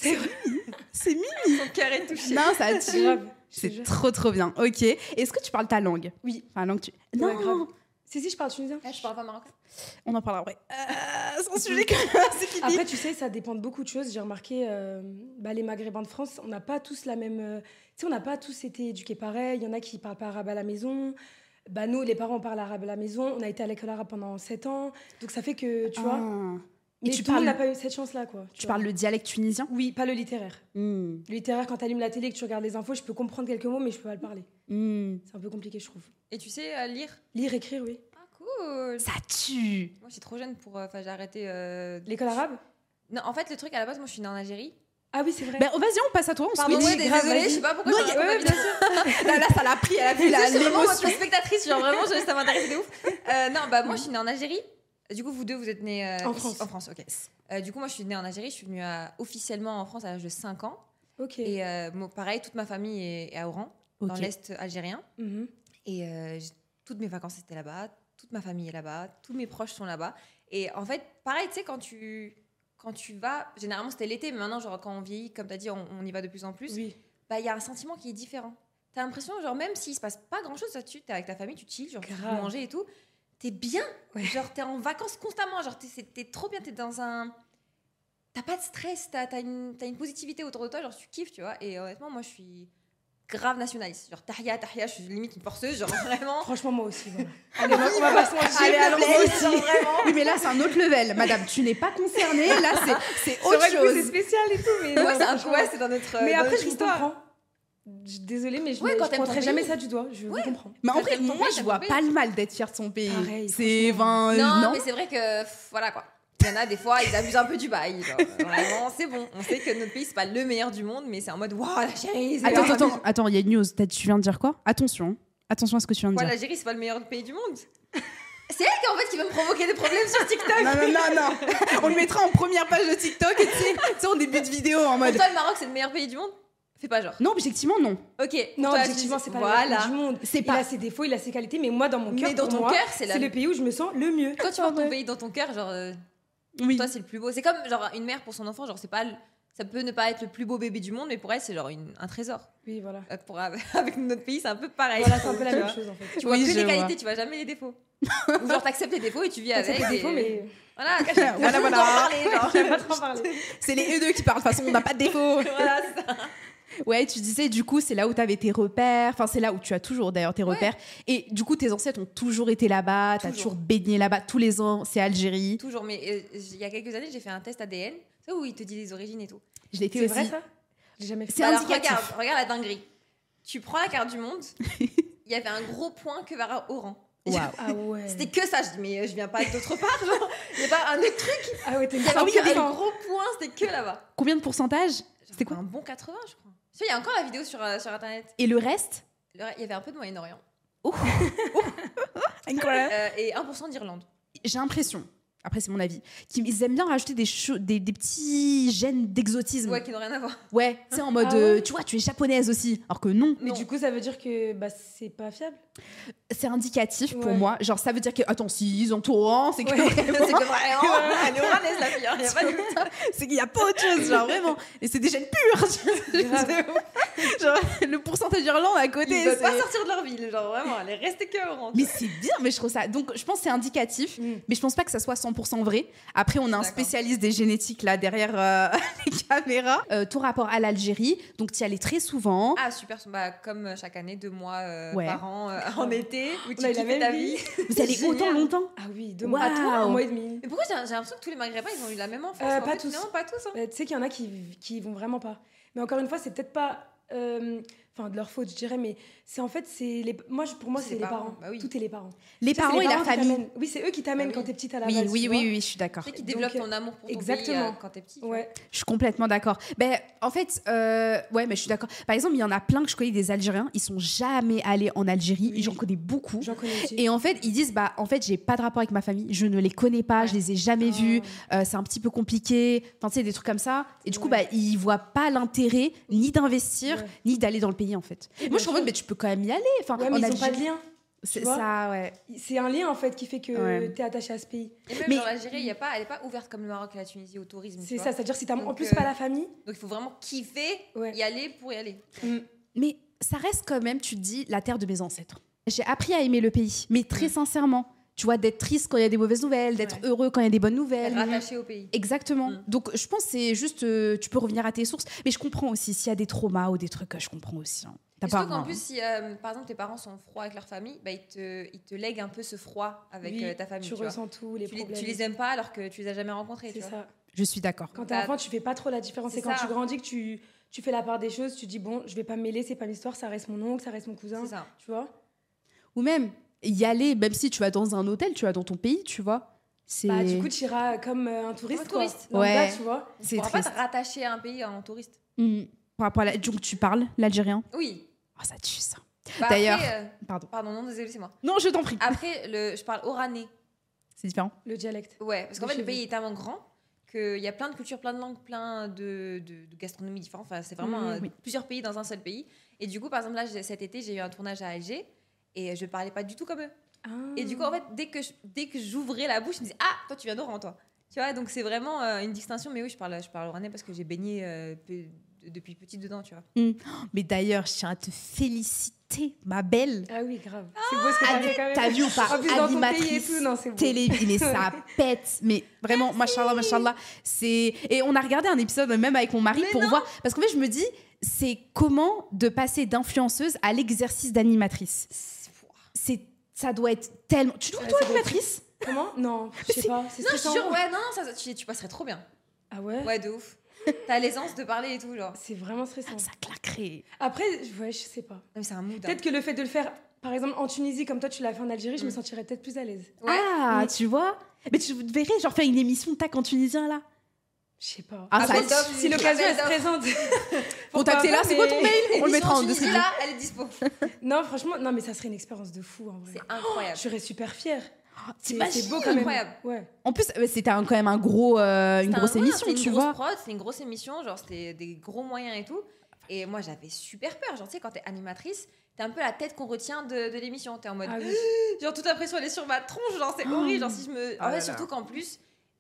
C'est mimi. Son cœur est touché. Non, ça tue. C'est trop bien. Ok. Est-ce que tu parles ta langue? Oui. Enfin, langue non. Ouais, grave. Si, je parle tunisien. Je parle pas marocain. On en parlera après. C'est un sujet c'est Après, tu sais, ça dépend de beaucoup de choses. J'ai remarqué, les Maghrébins de France, on n'a pas tous la même... tu sais, on n'a pas tous été éduqués pareil. Il y en a qui parlent pas arabe à la maison. Nous, les parents parlent arabe à la maison. On a été à l'école arabe pendant 7 ans. Donc, ça fait que, tu vois... Mais tout le monde n'a pas eu cette chance-là, quoi. Tu parles le dialecte tunisien? Oui, pas le littéraire. Le littéraire, quand tu allumes la télé et que tu regardes les infos, je peux comprendre quelques mots, mais je peux pas le parler. C'est un peu compliqué, je trouve. Et tu sais lire? Lire, écrire, oui. Ah, cool. Ça tue. Moi, je suis trop jeune pour... j'ai arrêté... L'école arabe? Non, en fait, le truc, à la base, moi, je suis née en Algérie. Ah oui, c'est vrai. Vas-y, on passe à toi. Pardon, désolée, je sais pas pourquoi bien sûr. Là, ça l'a pris, elle a vu l'émotion. Votre spectatrice, genre vraiment, ça m'intéressait de ouf. Moi, je suis née en Algérie. Du coup, vous deux, vous êtes nés en France. En France, ok. Du coup, moi, je suis née en Algérie. Je suis venue officiellement en France à l'âge de 5 ans. Ok. Et pareil, toute ma famille est à Oran, dans l'Est algérien. Et toutes mes vacances étaient là-bas. Toute ma famille est là-bas. Tous mes proches sont là-bas. Et en fait, pareil, tu sais, quand tu vas... Généralement, c'était l'été, mais maintenant, genre, quand on vieillit, comme tu as dit, on y va de plus en plus. Oui. Y a un sentiment qui est différent. Tu as l'impression, genre, même s'il se passe pas grand-chose là-dessus, tu es avec ta famille, tu chill, genre, tu peux manger et tout. T'es bien, genre t'es en vacances constamment, genre t'es trop bien, t'es dans un... T'as pas de stress, t'as une positivité autour de toi, genre tu kiffes, tu vois. Et honnêtement, moi je suis grave nationaliste, genre tahia, je suis limite une forceuse, genre vraiment... Franchement, moi aussi, voilà. Allez, on va pas se mentir. Allez, alors moi aussi. Oui, mais là c'est un autre level, madame, tu n'es pas concernée, là c'est autre chose. C'est spécial et tout, mais... c'est dans notre Mais après, je histoire. comprends. Désolée, mais je ne pointerai jamais ça du doigt. Je comprends. Mais en vrai, moi, je vois pas le mal d'être fière de son pays. Pareil, c'est non, mais c'est vrai que voilà quoi. Il y en a des fois, ils abusent un peu du bail. Genre, vraiment, c'est bon. On sait que notre pays c'est pas le meilleur du monde, mais c'est en mode waouh, l'Algérie. Attends, il y a une news. Tu viens de dire quoi? Attention à ce que tu viens de dire. L'Algérie c'est pas le meilleur pays du monde. C'est elle qui veut me provoquer des problèmes sur TikTok. Non. On le mettra en première page de TikTok, tu sais, en début de vidéo en mode. Pour toi, le Maroc c'est le meilleur pays du monde? Fais pas genre. Non, objectivement, non. Ok. Non, objectivement, c'est pas le meilleur du monde. Il a ses défauts, il a ses qualités, mais moi, dans mon cœur, pour moi, c'est le pays où je me sens le mieux. Quand tu vois ton pays dans ton cœur, genre, pour toi, c'est le plus beau. C'est comme genre une mère pour son enfant, genre, c'est pas, ça peut ne pas être le plus beau bébé du monde, mais pour elle, c'est genre un trésor. Oui, voilà. Avec notre pays, c'est un peu pareil. Voilà, c'est un peu la même chose en fait. Tu vois que les qualités, tu vois jamais les défauts. Ou genre, t'acceptes les défauts et tu vis avec. Les défauts, mais. Voilà. J'aime pas trop parler. C'est les E2 qui parlent. De toute façon, on n'a pas de défauts. Voilà, c'est ça. Ouais, tu disais, du coup, c'est là où tu avais tes repères. Enfin, c'est là où tu as toujours d'ailleurs tes repères. Et du coup, tes ancêtres ont toujours été là-bas. Tu as toujours baigné là-bas. Tous les ans, c'est Algérie. Toujours. Mais il y a quelques années, j'ai fait un test ADN. C'est où il te dit les origines et tout. Je l'ai fait aussi. C'est vrai ça? J'ai jamais fait. C'est indicatif. Regarde la dinguerie. Tu prends la carte du monde. Il y avait un gros point que vers Oran. Wow. Ah ouais. C'était que ça. Je dis, mais je viens pas d'autre part. Il n'y a pas un autre truc. Ah ouais, t'es Il y avait un gros point. C'était que là-bas. Combien de pourcentage? C'était quoi? Un bon 80, je crois. Il y a encore la vidéo sur Internet. Et le reste? Il y avait un peu de Moyen-Orient. Incroyable. Et 1% d'Irlande. J'ai l'impression, après c'est mon avis, qu'ils aiment bien rajouter des petits gènes d'exotisme. Ouais, qui n'ont rien à voir. Ouais, tu sais, en mode, tu vois, tu es japonaise aussi. Alors que non. Mais du coup, ça veut dire que c'est pas fiable? C'est indicatif pour moi. Genre, ça veut dire que, attends, si ils ont tout Oran, c'est que vraiment... c'est que vraiment, elle est oranaise la fille, il n'y a pas de doute. C'est qu'il n'y a pas autre chose, genre vraiment. Et c'est des gènes purs. Genre, le pourcentage d'Irlande à côté. Ils veulent pas c'est- sortir de leur ville, genre vraiment, elle est restée que Oran. Mais c'est bien, mais je trouve ça. Donc, je pense que c'est indicatif, mais je pense pas que ça soit 100% vrai. Après, on a un D'accord. spécialiste des génétiques là derrière les caméras. Ton rapport à l'Algérie, donc tu y allais très souvent. Ah super, bah, comme chaque année, 2 mois Ouais. par an en été, où tu On a eu la kiffes même ta vie. vie. Vous allez Génial. autant longtemps. Ah oui, 2 mois. À toi, Waouh. 1 mois et demi. Mais pourquoi j'ai l'impression que tous les Maghrébins, ils ont eu la même enfance Pas en fait, tous. finalement, pas tous. Hein. Tu sais qu'il y en a qui vont vraiment pas. Mais encore une fois, c'est peut-être pas. Enfin, de leur faute, je dirais, mais c'est en fait, c'est les. Pour moi, C'est c'est les les parents. parents. Bah oui. Tout est les parents. Les Tu sais, c'est parents et la qui famille. t'amènent. Oui, c'est eux qui t'amènent Bah quand oui. t'es petite à la Oui, base. oui, tu oui, vois. oui, je suis d'accord. Tu sais qu'ils Donc, développent ton amour pour ton exactement. pays quand t'es petit. Ouais. Je suis complètement d'accord. Ben, en fait, ouais, mais je suis d'accord. Par exemple, il y en a plein que je connais des Algériens, ils sont jamais allés en Algérie. Oui. J'en connais beaucoup. J'en connais aussi. Et en fait, ils disent, bah, en fait, j'ai pas de rapport avec ma famille, je ne les connais pas, Ouais. je les ai jamais Oh. vus, c'est un petit peu compliqué, enfin, tu sais, des trucs comme ça. Et du coup, Ouais. bah, ils voient pas l'intérêt ni d'investir, Ouais. ni d'aller dans le pays, en fait. Oui, Moi, je bien suis en mode, sûr. mais tu peux quand même y aller. Enfin, Ouais, en mais ils n'ont pas de Algérie, lien. c'est vois. ça, ouais. C'est un lien en fait qui fait que Ouais. t'es attaché à ce pays. Et même Mais- dans l'Algérie, elle est pas ouverte comme le Maroc et la Tunisie au tourisme. tu C'est vois. ça, c'est-à-dire si t'as en Donc, plus pas la famille. Donc il faut vraiment kiffer, Ouais. y aller pour y aller. Mm. Mais ça reste quand même, tu te dis, la terre de mes ancêtres. J'ai appris à aimer le pays, mais très sincèrement. Tu vois, d'être triste quand il y a des mauvaises nouvelles, d'être Ouais. heureux quand il y a des bonnes nouvelles. Être rattaché au pays. Exactement. Mm. Donc, je pense que c'est juste, tu peux revenir à tes sources. Mais je comprends aussi, s'il y a des traumas ou des trucs, je comprends aussi. Hein. T'as Et pas surtout qu'en un- plus, si par exemple tes parents sont froids avec leur famille, bah, ils te lèguent un peu ce froid avec Oui, ta famille. tu Tu vois. ressens tous les Tu problèmes. les aimes pas alors que tu les as jamais rencontrés. C'est tu vois. ça. Je suis d'accord. Quand t'es Bah, enfant, tu fais pas trop la différence. c'est C'est quand ça. tu grandis que tu fais la part des choses. Tu dis bon, je vais pas me mêler, c'est pas l'histoire, ça reste mon oncle, ça reste mon cousin. C'est ça. Tu vois. Ou même, y aller, même si tu vas dans un hôtel, tu vas dans ton pays, tu vois. C'est Bah, du coup, tu iras comme un touriste. Comme un touriste. Quoi. Ouais. Lambda, tu vois. Tu c'est pourras pas triste. te rattacher à un pays en touriste. Par rapport à donc, tu parles l'algérien. Oui. Oh, ça tue, ça. Bah, D'ailleurs- après, Pardon. pardon, non, désolé, c'est moi. Non, je t'en prie. Après, je parle oranais. C'est différent. Le dialecte. Ouais, parce qu'en De fait, chez le pays est tellement grand qu'il y a plein de cultures, plein de langues, plein de gastronomies différentes. Enfin, c'est vraiment Oui. plusieurs pays dans un seul pays. Et du coup, par exemple, là, cet été, j'ai eu un tournage à Alger et je parlais pas du tout comme eux. Ah. Et du coup, en fait, dès que j'ouvrais la bouche, je me disais, ah, toi, tu viens d'Oran, toi. Tu vois, donc c'est vraiment une distinction. Mais oui, je parle oranais parce que j'ai baigné depuis petite dedans, tu vois. Mais d'ailleurs, je tiens à te féliciter, ma belle. Ah oui, grave. C'est beau ce que t'as fait quand même. T'as vu ou pas? En plus, dans ton pays et Animatrice tout, non, c'est beau. télé, mais ça pète. Mais vraiment, machallah. Et on a regardé un épisode même avec mon mari Mais pour non. voir. Parce qu'en fait, je me dis, c'est comment de passer d'influenceuse à l'exercice d'animatrice. Ça doit être tellement. Tu dois Ouais, toi ça doit être- animatrice? Comment Non, je sais pas. C'est Non, je stressant. te jure, ouais, non, tu passerais trop bien. Ah ouais, Ouais, de ouf. T'as l'aisance de parler et tout, genre. C'est vraiment stressant. Ça claquerait. Après, ouais, je sais pas. Non, mais c'est un mood. hein. Peut-être que le fait de le faire, par exemple, en Tunisie, comme toi, tu l'as fait en Algérie, je me sentirais peut-être plus à l'aise. Ouais. Ah, Oui. tu vois? Mais tu verrais, genre, faire une émission tac en tunisien là. Je sais pas. Ah, ça Appel d'offres, Si l'occasion elle se appel d'offres. présente. Contactez-la, c'est quoi ton mail? On le Émission mettra en Tunisie, description. là, elle est dispo. Non, franchement, non, mais ça serait une expérience de fou en vrai. C'est incroyable. Je serais super fière. T'imagines? C'est beau quand même. Incroyable. Ouais. En plus, c'était quand même une grosse émission, tu vois. C'était une grosse émission, genre c'était des gros moyens et tout. Et moi j'avais super peur. Genre, tu sais, quand t'es animatrice, t'es un peu la tête qu'on retient de l'émission. T'es en mode. Ah oui. Genre, toute la pression elle est sur ma tronche. Genre, c'est horrible. Genre, si je me. En là là. fait, surtout qu'en plus,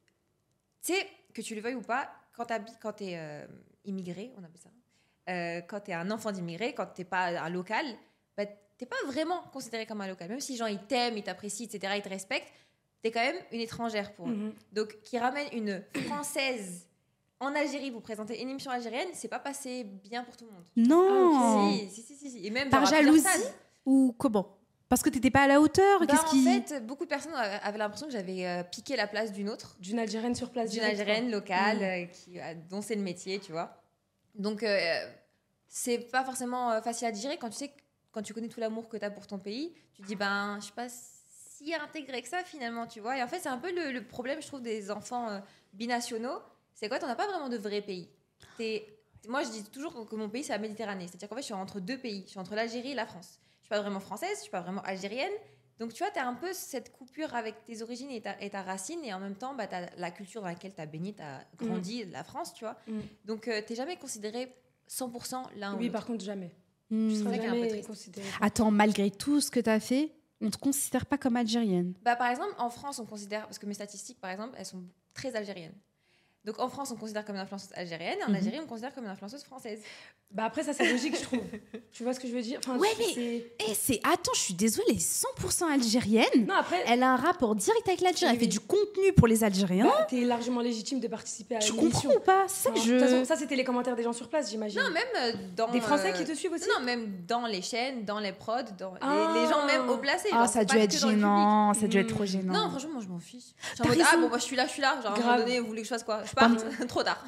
tu sais, que tu le veuilles ou pas, quand t'es immigré, on appelle ça. Quand t'es un enfant d'immigré, quand t'es pas un local, bah, t'es pas vraiment considéré comme un local. Même si les gens ils t'aiment, ils t'apprécient, etc., ils te respectent, t'es quand même une étrangère pour eux. Mhm. Donc, qui ramène une Française en Algérie pour présenter une émission algérienne, c'est pas passé bien pour tout le monde. Non. Si. Et même Par genre, à plusieurs jalousie stades. ou comment? Parce que t'étais pas à la hauteur. Bah, Qu'est-ce en qui fait, beaucoup de personnes avaient l'impression que j'avais piqué la place d'une autre, D'une Algérienne sur place. d'une direct, Algérienne quoi. locale Mhm. dont c'est le métier, tu vois. Donc, c'est pas forcément facile à digérer quand tu connais tout l'amour que tu as pour ton pays. Tu te dis, ben, je suis pas si intégrée que ça finalement, tu vois. Et en fait, c'est un peu le problème, je trouve, des enfants binationaux. C'est quoi? T'en as pas vraiment de vrai pays. Moi, je dis toujours que mon pays, c'est la Méditerranée. C'est-à-dire qu'en fait, je suis entre deux pays. Je suis entre l'Algérie et la France. Je suis pas vraiment française, je suis pas vraiment algérienne. Donc, tu vois, tu as un peu cette coupure avec tes origines et ta racine. Et en même temps, bah, tu as la culture dans laquelle tu as baigné, tu as grandi, la France, tu vois. Mhm. Donc, tu n'es jamais considéré 100% l'un ou Oui, l'autre. par contre, jamais. Hmm. Tu seras vrai qu'il y a un peu jamais triste. considérée. Attends, malgré tout ce que t'as fait, on te considère pas comme algérienne. Bah, par exemple, en France, on considère, parce que mes statistiques, par exemple, elles sont très algériennes. Donc en France, on considère comme une influenceuse algérienne, et en Algérie, on considère comme une influenceuse française. Bah après, ça, c'est logique, je trouve. Tu vois ce que je veux dire? Enfin, Ouais, mais attends, je suis désolée, 100% algérienne. Non, après, Elle a un rapport direct avec l'Algérie. Elle Oui. fait du contenu pour les Algériens. t'es largement légitime de participer à Tu l'émission. comprends ou pas? C'est ça que Enfin, de toute façon, je. ça, c'était les commentaires des gens sur place, j'imagine. Non, même dans... Des Français qui te suivent aussi? Non, même dans les chaînes, dans les prods, dans Ah. les gens même haut placés. Ah, genre, ça a c'est dû pas être que dans le public. gênant. Ça a dû être trop gênant. Non, franchement, moi, je m'en fiche. Je suis T'as en mode, ah raison. bon, moi, je suis là. Genre, à un moment Grave. donné, vous voulez que je fasse quoi? Je pars, trop tard.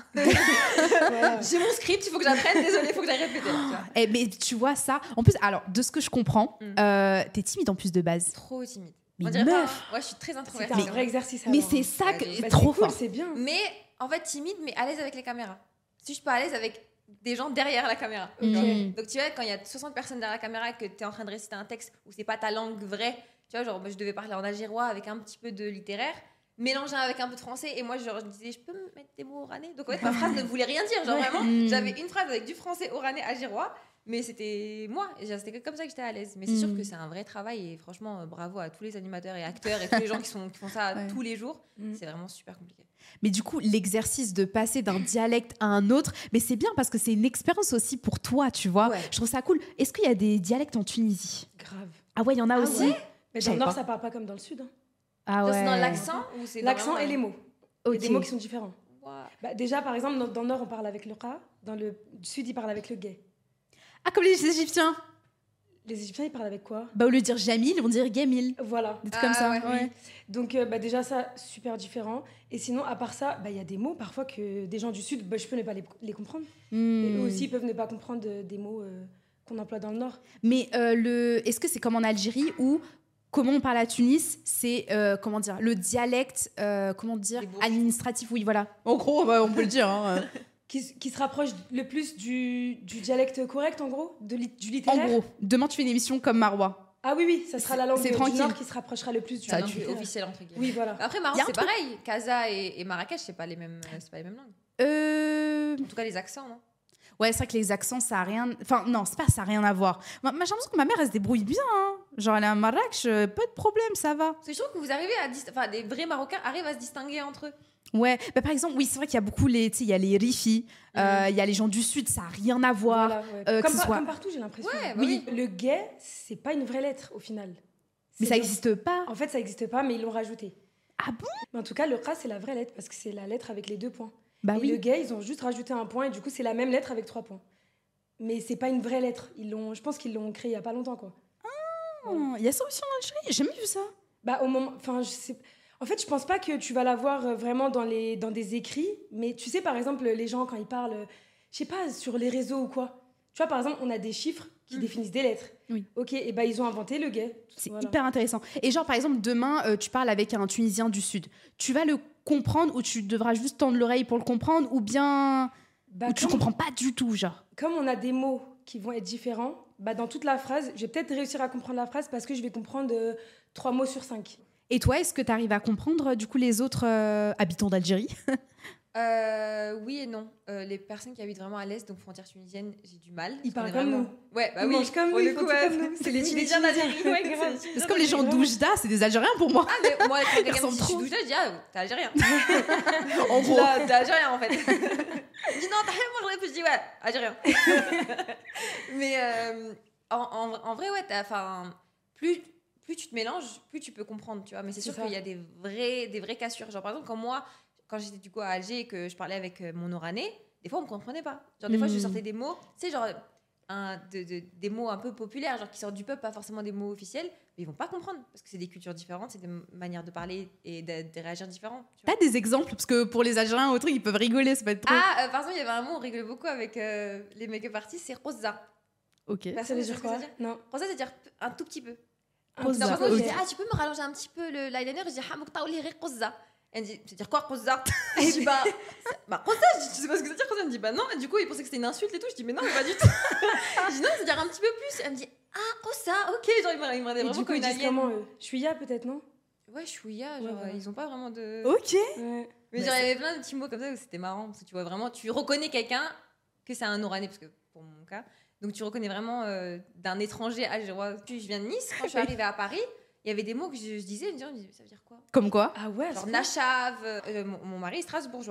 Voilà. J'ai mon script, il faut que j'apprenne. Désolée, il faut que j'aille répéter. Tu vois. Eh, mais tu vois ça. En plus, alors, de ce que je comprends, t'es timide en plus de base. Trop timide. Mais On dirait pas, meuf. hein. Ouais, je suis très introvertie. C'était un vrai exercice. Mais alors. c'est ça Ouais, que mais- c'est Bah, trop c'est cool, fort. c'est bien. Mais en fait, timide, mais à l'aise avec les caméras. Si je suis pas à l'aise avec des gens derrière la caméra. Ok. Donc tu vois, quand il y a 60 personnes derrière la caméra et que tu es en train de réciter un texte où c'est pas ta langue vraie, tu vois, genre moi, je devais parler en algérois avec un petit peu de littéraire, mélangé avec un peu de français, et moi genre, je disais, je peux me mettre des mots oranais? Donc en fait, ma phrase ne voulait rien dire, genre vraiment, j'avais une phrase avec du français oranais algérois, mais c'était moi, et c'était que comme ça que j'étais à l'aise. Mais c'est sûr que c'est un vrai travail, et franchement, bravo à tous les animateurs et acteurs et tous les gens qui font ça Ouais. tous les jours, Mm. c'est vraiment super compliqué. Mais du coup, l'exercice de passer d'un dialecte à un autre, mais c'est bien parce que c'est une expérience aussi pour toi, tu vois. Ouais. Je trouve ça cool. Est-ce qu'il y a des dialectes en Tunisie? Grave. Ah ouais, il y en a Ah aussi. ouais Mais Je dans savais le Nord, pas. ça parle pas comme dans le Sud. hein. Ah Genre, ouais. c'est dans l'accent ou c'est dans L'accent vraiment- et les mots. Il y a des Ok. mots qui sont différents. Ouah. Bah, déjà, par exemple, dans le Nord, on parle avec le Qa. Dans le Sud, ils parlent avec le gay. Ah, comme les Égyptiens. Les Égyptiens, ils parlent avec quoi? Bah, au lieu de dire Jamil, ils vont dire Gamil. Voilà. Des trucs comme ça. ouais. Donc, bah, déjà, ça, super différent. Et sinon, à part ça, bah, il y a des mots parfois que des gens du Sud, bah, je peux ne pas les comprendre. Et eux aussi peuvent ne pas comprendre des mots qu'on emploie dans le Nord. Mais est-ce que c'est comme en Algérie où comment on parle à Tunis, c'est comment dire le dialecte comment dire Des bouches. administratif, oui voilà. En gros, bah, on peut le dire. Hein. Qui se rapproche le plus du dialecte correct, en gros, du En littéraire. gros, demain tu fais une émission comme Marwa. Ah oui, oui, ça sera la langue c'est du tranquille. Nord qui se rapprochera le plus du C'est la Ça, langue tu- officielle entre guillemets. Oui, voilà. Après Y Maroc a un c'est truc- pareil, Casa et Marrakech c'est pas les mêmes langues. Euh... En tout cas les accents non. Ouais, c'est vrai que les accents, ça a rien. Enfin, non, c'est pas ça a rien à voir. J'ai l'impression que ma mère, elle se débrouille bien. Hein. Genre, elle est à Marrakech, pas de problème, ça va. Parce que je trouve que vous arrivez à enfin des vrais Marocains arrivent à se distinguer entre eux. Ouais, bah, par exemple, oui, c'est vrai qu'il y a beaucoup les. Tu sais, il y a les Rifis, il y a les gens du Sud, ça a rien à voir. Voilà, ouais. que comme, ce soit- comme partout, j'ai l'impression. Ouais, bah Oui. Le gay, c'est pas une vraie lettre au final. Mais C'est ça le- n'existe pas. En fait, ça n'existe pas, mais ils l'ont rajouté. Ah bon? Mais en tout cas, le Qa, c'est la vraie lettre parce que c'est la lettre avec les 2 points. Bah et oui. le gay, ils ont juste rajouté un point et du coup, c'est la même lettre avec 3 points. Mais c'est pas une vraie lettre. Je pense qu'ils l'ont créé il y a pas longtemps, quoi. Il y a ça aussi en Algérie, j'ai jamais vu ça. Bah, au moment. Enfin, je sais. En fait, je pense pas que tu vas la voir vraiment dans des écrits, mais tu sais, par exemple, les gens, quand ils parlent, je sais pas, sur les réseaux ou quoi. Tu vois, par exemple, on a des chiffres qui définissent des lettres. Oui. Ok, et bah, ils ont inventé le gay. C'est Voilà. hyper intéressant. Et genre, par exemple, demain, tu parles avec un Tunisien du Sud. Tu vas le comprendre ou tu devras juste tendre l'oreille pour le comprendre ou bien. Bah, Ou tu comprends pas du tout, genre. comme on a des mots qui vont être différents, bah, dans toute la phrase, je vais peut-être réussir à comprendre la phrase parce que je vais comprendre 3 mots sur 5. Et toi, est-ce que tu arrives à comprendre du coup les autres habitants d'Algérie? Oui et non. Les personnes qui habitent vraiment à l'est, donc frontière tunisienne, j'ai du mal. Ils parce qu'on parlent est comme vraiment- Ouais, bah Ils oui. mangent comme pour nous, le ils coup, font tout ouais. comme nous. C'est les Les Tunisiens Tunisiens. d'Algérie. Ouais, grave. C'est comme les gens d'Oujda, c'est des Algériens pour moi. Ah, mais moi, quand quelqu'un me ressemblent dit je suis trop. d'où je dis, ah, t'es algérien. En Je dis gros. là, t'es algérien en fait. Il dit non, t'as rien mangé, je dis ouais, algérien. Mais en vrai, ouais, plus tu te mélanges, plus tu peux comprendre, tu vois. Mais c'est sûr ça. qu'il y a des vraies cassures. Genre par exemple, comme moi, quand j'étais du coup à Alger et que je parlais avec mon oranais, des fois on me comprenait pas. Genre des fois je sortais des mots, tu sais, genre des mots un peu populaires, genre qui sortent du peuple, pas forcément des mots officiels, mais ils vont pas comprendre parce que c'est des cultures différentes, c'est des manières de parler et de réagir différents. tu vois. T'as des exemples? Parce que pour les Algériens, au truc, ils peuvent rigoler, ça peut être trop. Ah, par exemple, il y avait un mot, on rigolait beaucoup avec les make-up artistes, c'est rosa. Ok. Ça Personne veut ne sait dire ce que quoi? ça veut dire. Non. Rosa, ça veut dire un tout petit peu. Rosa, Donc, moi, je ok. dis, ah, tu peux me rallonger un petit peu le l'eyeliner? Je dis, ah, moukta ou liri rosa. Elle me dit, ça veut dire quoi, rosa? Je dis, bah, rosa, je dis, tu sais pas ce que ça veut dire, rosa? Elle me dit, bah non, et du coup, il pensait que c'était une insulte et tout. Je dis, mais non, mais pas du tout. Je dis, non, ça veut dire un petit peu plus. Elle me dit, ah, rosa, ok. Genre, il me regardait Et vraiment du coup, comme ils une disent alien. comment eux? Chouïa, peut-être, non? Ouais, chouïa, Ouais, genre, voilà. ils ont pas vraiment de. Ok. Ouais. Mais genre, il y avait plein de petits mots comme ça où c'était marrant. Parce que tu vois vraiment, tu reconnais quelqu'un que c'est un Oranais, parce que pour mon cas. Donc tu reconnais vraiment d'un étranger algérois. Puis je viens de Nice, quand je suis arrivée à Paris, il y avait des mots que je disais, je me disais, ça veut dire quoi? Comme quoi? Ah ouais, Genre c'est Nachave, mon mari est strasbourgeois.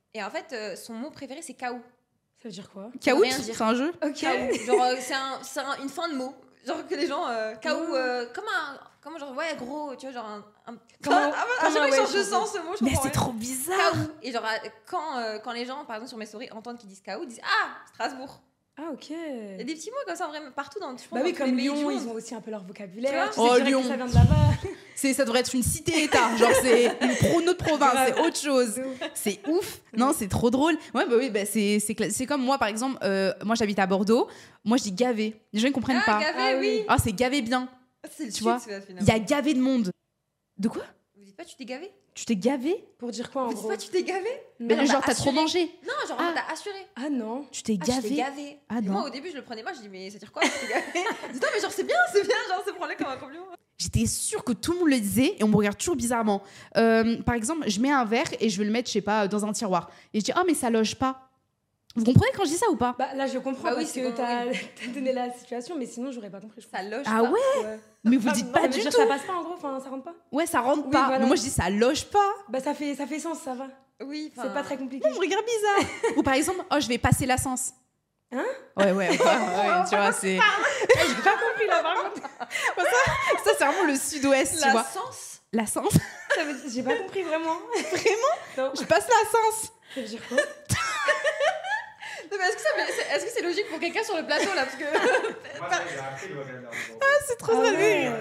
Et en fait, son mot préféré, c'est KO. Ça veut dire quoi? Kaout, rien dire. c'est un jeu. Ok. KO. Genre, c'est une fin de mot. Genre que les gens. KO, comme genre, ouais, gros, tu vois, genre un. Comment- À chaque fois, comment, ils ouais, changent de je sens ce mot, je Mais comprends c'est rien. trop bizarre. KO. Et genre, quand les gens, par exemple, sur mes stories, entendent qu'ils disent KO, ils disent Ah, Strasbourg. Ah, ok. Il y a des petits mots comme ça, vraiment, partout dans, je pense, Bah oui, dans tous les comme pays du Lyon, monde. ils ont aussi un peu leur Tu vocabulaire. vois Tu sais Oh, direct Lyon. que ça vient de là-bas. Ça devrait être une cité-état. Genre, c'est une autre province, Grave. c'est autre chose. De ouf. C'est ouf. Non, c'est trop drôle. Ouais, bah oui, bah c'est comme moi, par exemple. Moi, j'habite à Bordeaux. Moi, je dis gavé. Les gens ne comprennent pas. Gavé, Ah oui. oui. Ah, c'est gavé bien. C'est le Tu sud, vois, ça, finalement. Il y a gavé de monde. De quoi? Vous dites pas, tu t'es gavé? Tu t'es gavé? Pour dire quoi, en Vous dites gros? pas, tu t'es gavé? Mais Non. genre, t'as t'as trop assuré. mangé. Non, genre, Ah. t'as assuré. Ah non. Tu t'es Ah, tu t'es gavé. gavé. Ah Et moi, non. au début, je le prenais mal. Je dis, mais ça veut dire quoi, tu t'es gavé? Je dis, non, mais genre, c'est bien, genre, c'est prendre-le comme un compliment. J'étais sûre que tout le monde le disait et on me regarde toujours bizarrement. Par exemple, je mets un verre et je vais le mettre, je sais pas, dans un tiroir. Et je dis, ah, mais ça loge pas. Vous comprenez quand je dis ça ou pas? Bah là, je comprends Bah oui, parce c'est que bon, t'as donné la situation, mais sinon, j'aurais pas compris. Je Ça loge Ah pas. ouais? Ouais. Mais vous Ah dites non, pas Ça veut du dire tout. ça passe pas en gros, enfin ça rentre pas. Ouais, ça rentre Oui, pas. voilà. Mais moi, je dis, ça loge pas. Bah ça fait sens, ça va. Oui, C'est pas très compliqué. On me regarde bizarre. Ou par exemple, oh, je vais passer l'essence. Hein? Ouais, tu vois, c'est. J'ai pas compris là par contre. Ça, c'est vraiment le sud-ouest, tu vois. sens. L'essence. J'ai pas compris vraiment. Vraiment? Non. Je passe l'essence. Ça veut dire quoi? Non, mais est-ce que c'est logique pour quelqu'un sur le plateau là? Parce que. Moi, ça, j'ai appris le vocabulaire. C'est trop Ah drôle. ouais.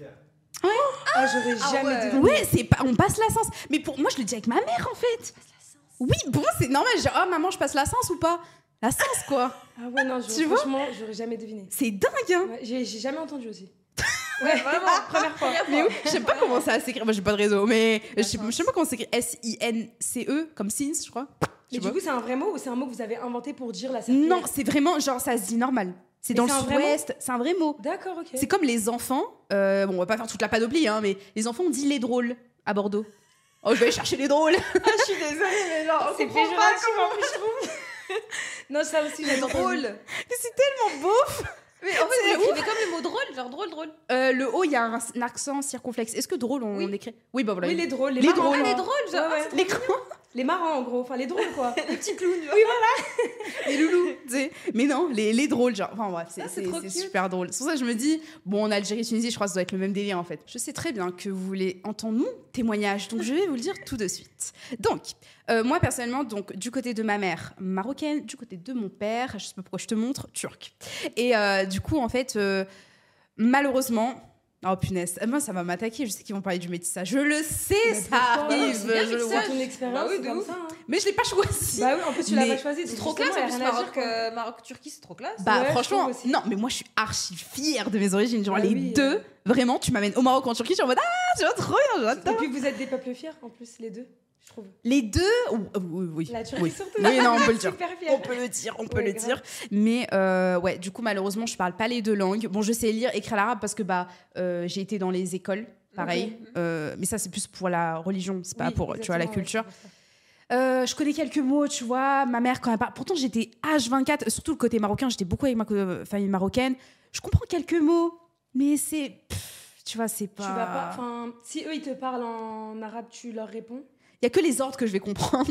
Ah j'aurais Ah jamais ouais. deviné. Ouais, c'est pas, on passe l'essence. Mais pour moi, je le dis avec ma mère en fait. Oui, pour moi, c'est normal. Je dis, oh maman, je passe l'essence ou pas? L'essence, quoi. Ah ouais non, Tu vois franchement, j'aurais jamais deviné. C'est dingue, hein. Ouais, j'ai jamais entendu aussi. Ouais, Vraiment, première fois. Mais oui, je sais pas comment ça s'écrit. Moi, j'ai pas de réseau, mais je sais L'essence. pas comment ça s'écrit. S-I-N-C-E, comme Sins, je crois. Mais Tu du vois. coup, c'est un vrai mot ou c'est un mot que vous avez inventé pour dire la serpillière? Non, c'est vraiment genre ça se dit normal. C'est Mais dans le c'est un vrai sud-ouest, c'est un vrai mot. D'accord, ok. C'est comme les enfants. Bon, on va pas faire toute la panoplie, hein, mais les enfants on dit les drôles à Bordeaux. Oh, je vais aller chercher les drôles. je suis désolée, mais genre, C'est péjoratif en plus, je trouve. Non, ça aussi, j'ai entendu. drôle. Mais c'est tellement beau. Mais en fait, vous écrivez comme le mot drôle, genre drôle. Le O, il y a un accent circonflexe. Est-ce que drôle on Oui. écrit? Oui, bah voilà. Oui, les drôles, les Les marrants. drôles. Ah, les quoi. drôles, genre. Ouais, ouais. Les quoi? Les marrants, en gros. Enfin, les drôles, quoi. Les petits clowns, genre. Oui, voilà. Les loulous, tu sais. Mais non, les drôles, genre. Enfin bref, Ah, c'est c'est trop cute. super drôle. C'est pour ça que je me dis, bon, en Algérie, Tunisie, je crois que ça doit être le même délire en fait. Je sais très bien que vous voulez entendre mon témoignage, donc je vais vous le dire tout de suite. Donc, moi personnellement, donc du côté de ma mère, marocaine, du côté de mon père, je sais pas pourquoi je te montre, turc. Et du coup, en fait, malheureusement. Oh punaise, moi ça va m'attaquer, je sais qu'ils vont parler du métissage. Je le sais, Mais ça pourquoi? arrive. C'est bien je le métissage. vois. C'est ton expérience, Bah oui, c'est de comme ouf. ça. Hein. Mais je l'ai pas choisi. Bah oui, en plus, tu l'as Mais pas choisi. C'est donc trop classe, en justement, plus, y a rien à dire, quoi. Maroc-Turquie, c'est trop classe. Bah Ouais, je franchement, trouve aussi. non, mais moi je suis archi fière de mes origines. Genre Bah les oui, deux, vraiment, tu m'amènes au Maroc ou en Turquie, je suis en mode ah, c'est trop bien, Et j'adore. puis, vous êtes des peuples fiers, en plus, les deux, je trouve. Les deux, oui. La Turquie, Oui. surtout. Oui, non, on peut le dire. Super fiers. On peut le dire, on peut Ouais, le grave. dire. Mais ouais, du coup, malheureusement, je parle pas les deux langues. Bon, je sais lire, écrire l'arabe parce que j'ai été dans les écoles, pareil. Ok. Mais ça, c'est plus pour la religion, c'est pas Oui, pour, tu vois, la exactement, ouais, culture. c'est pour ça. Je connais quelques mots, tu vois. Ma mère, quand elle parle. Pourtant, j'étais H24, surtout le côté marocain. J'étais beaucoup avec ma famille marocaine. Je comprends quelques mots, mais c'est. Tu vois, c'est pas. Tu vas pas. Enfin, si eux, ils te parlent en arabe, tu leur réponds. Il y a que les ordres que je vais comprendre.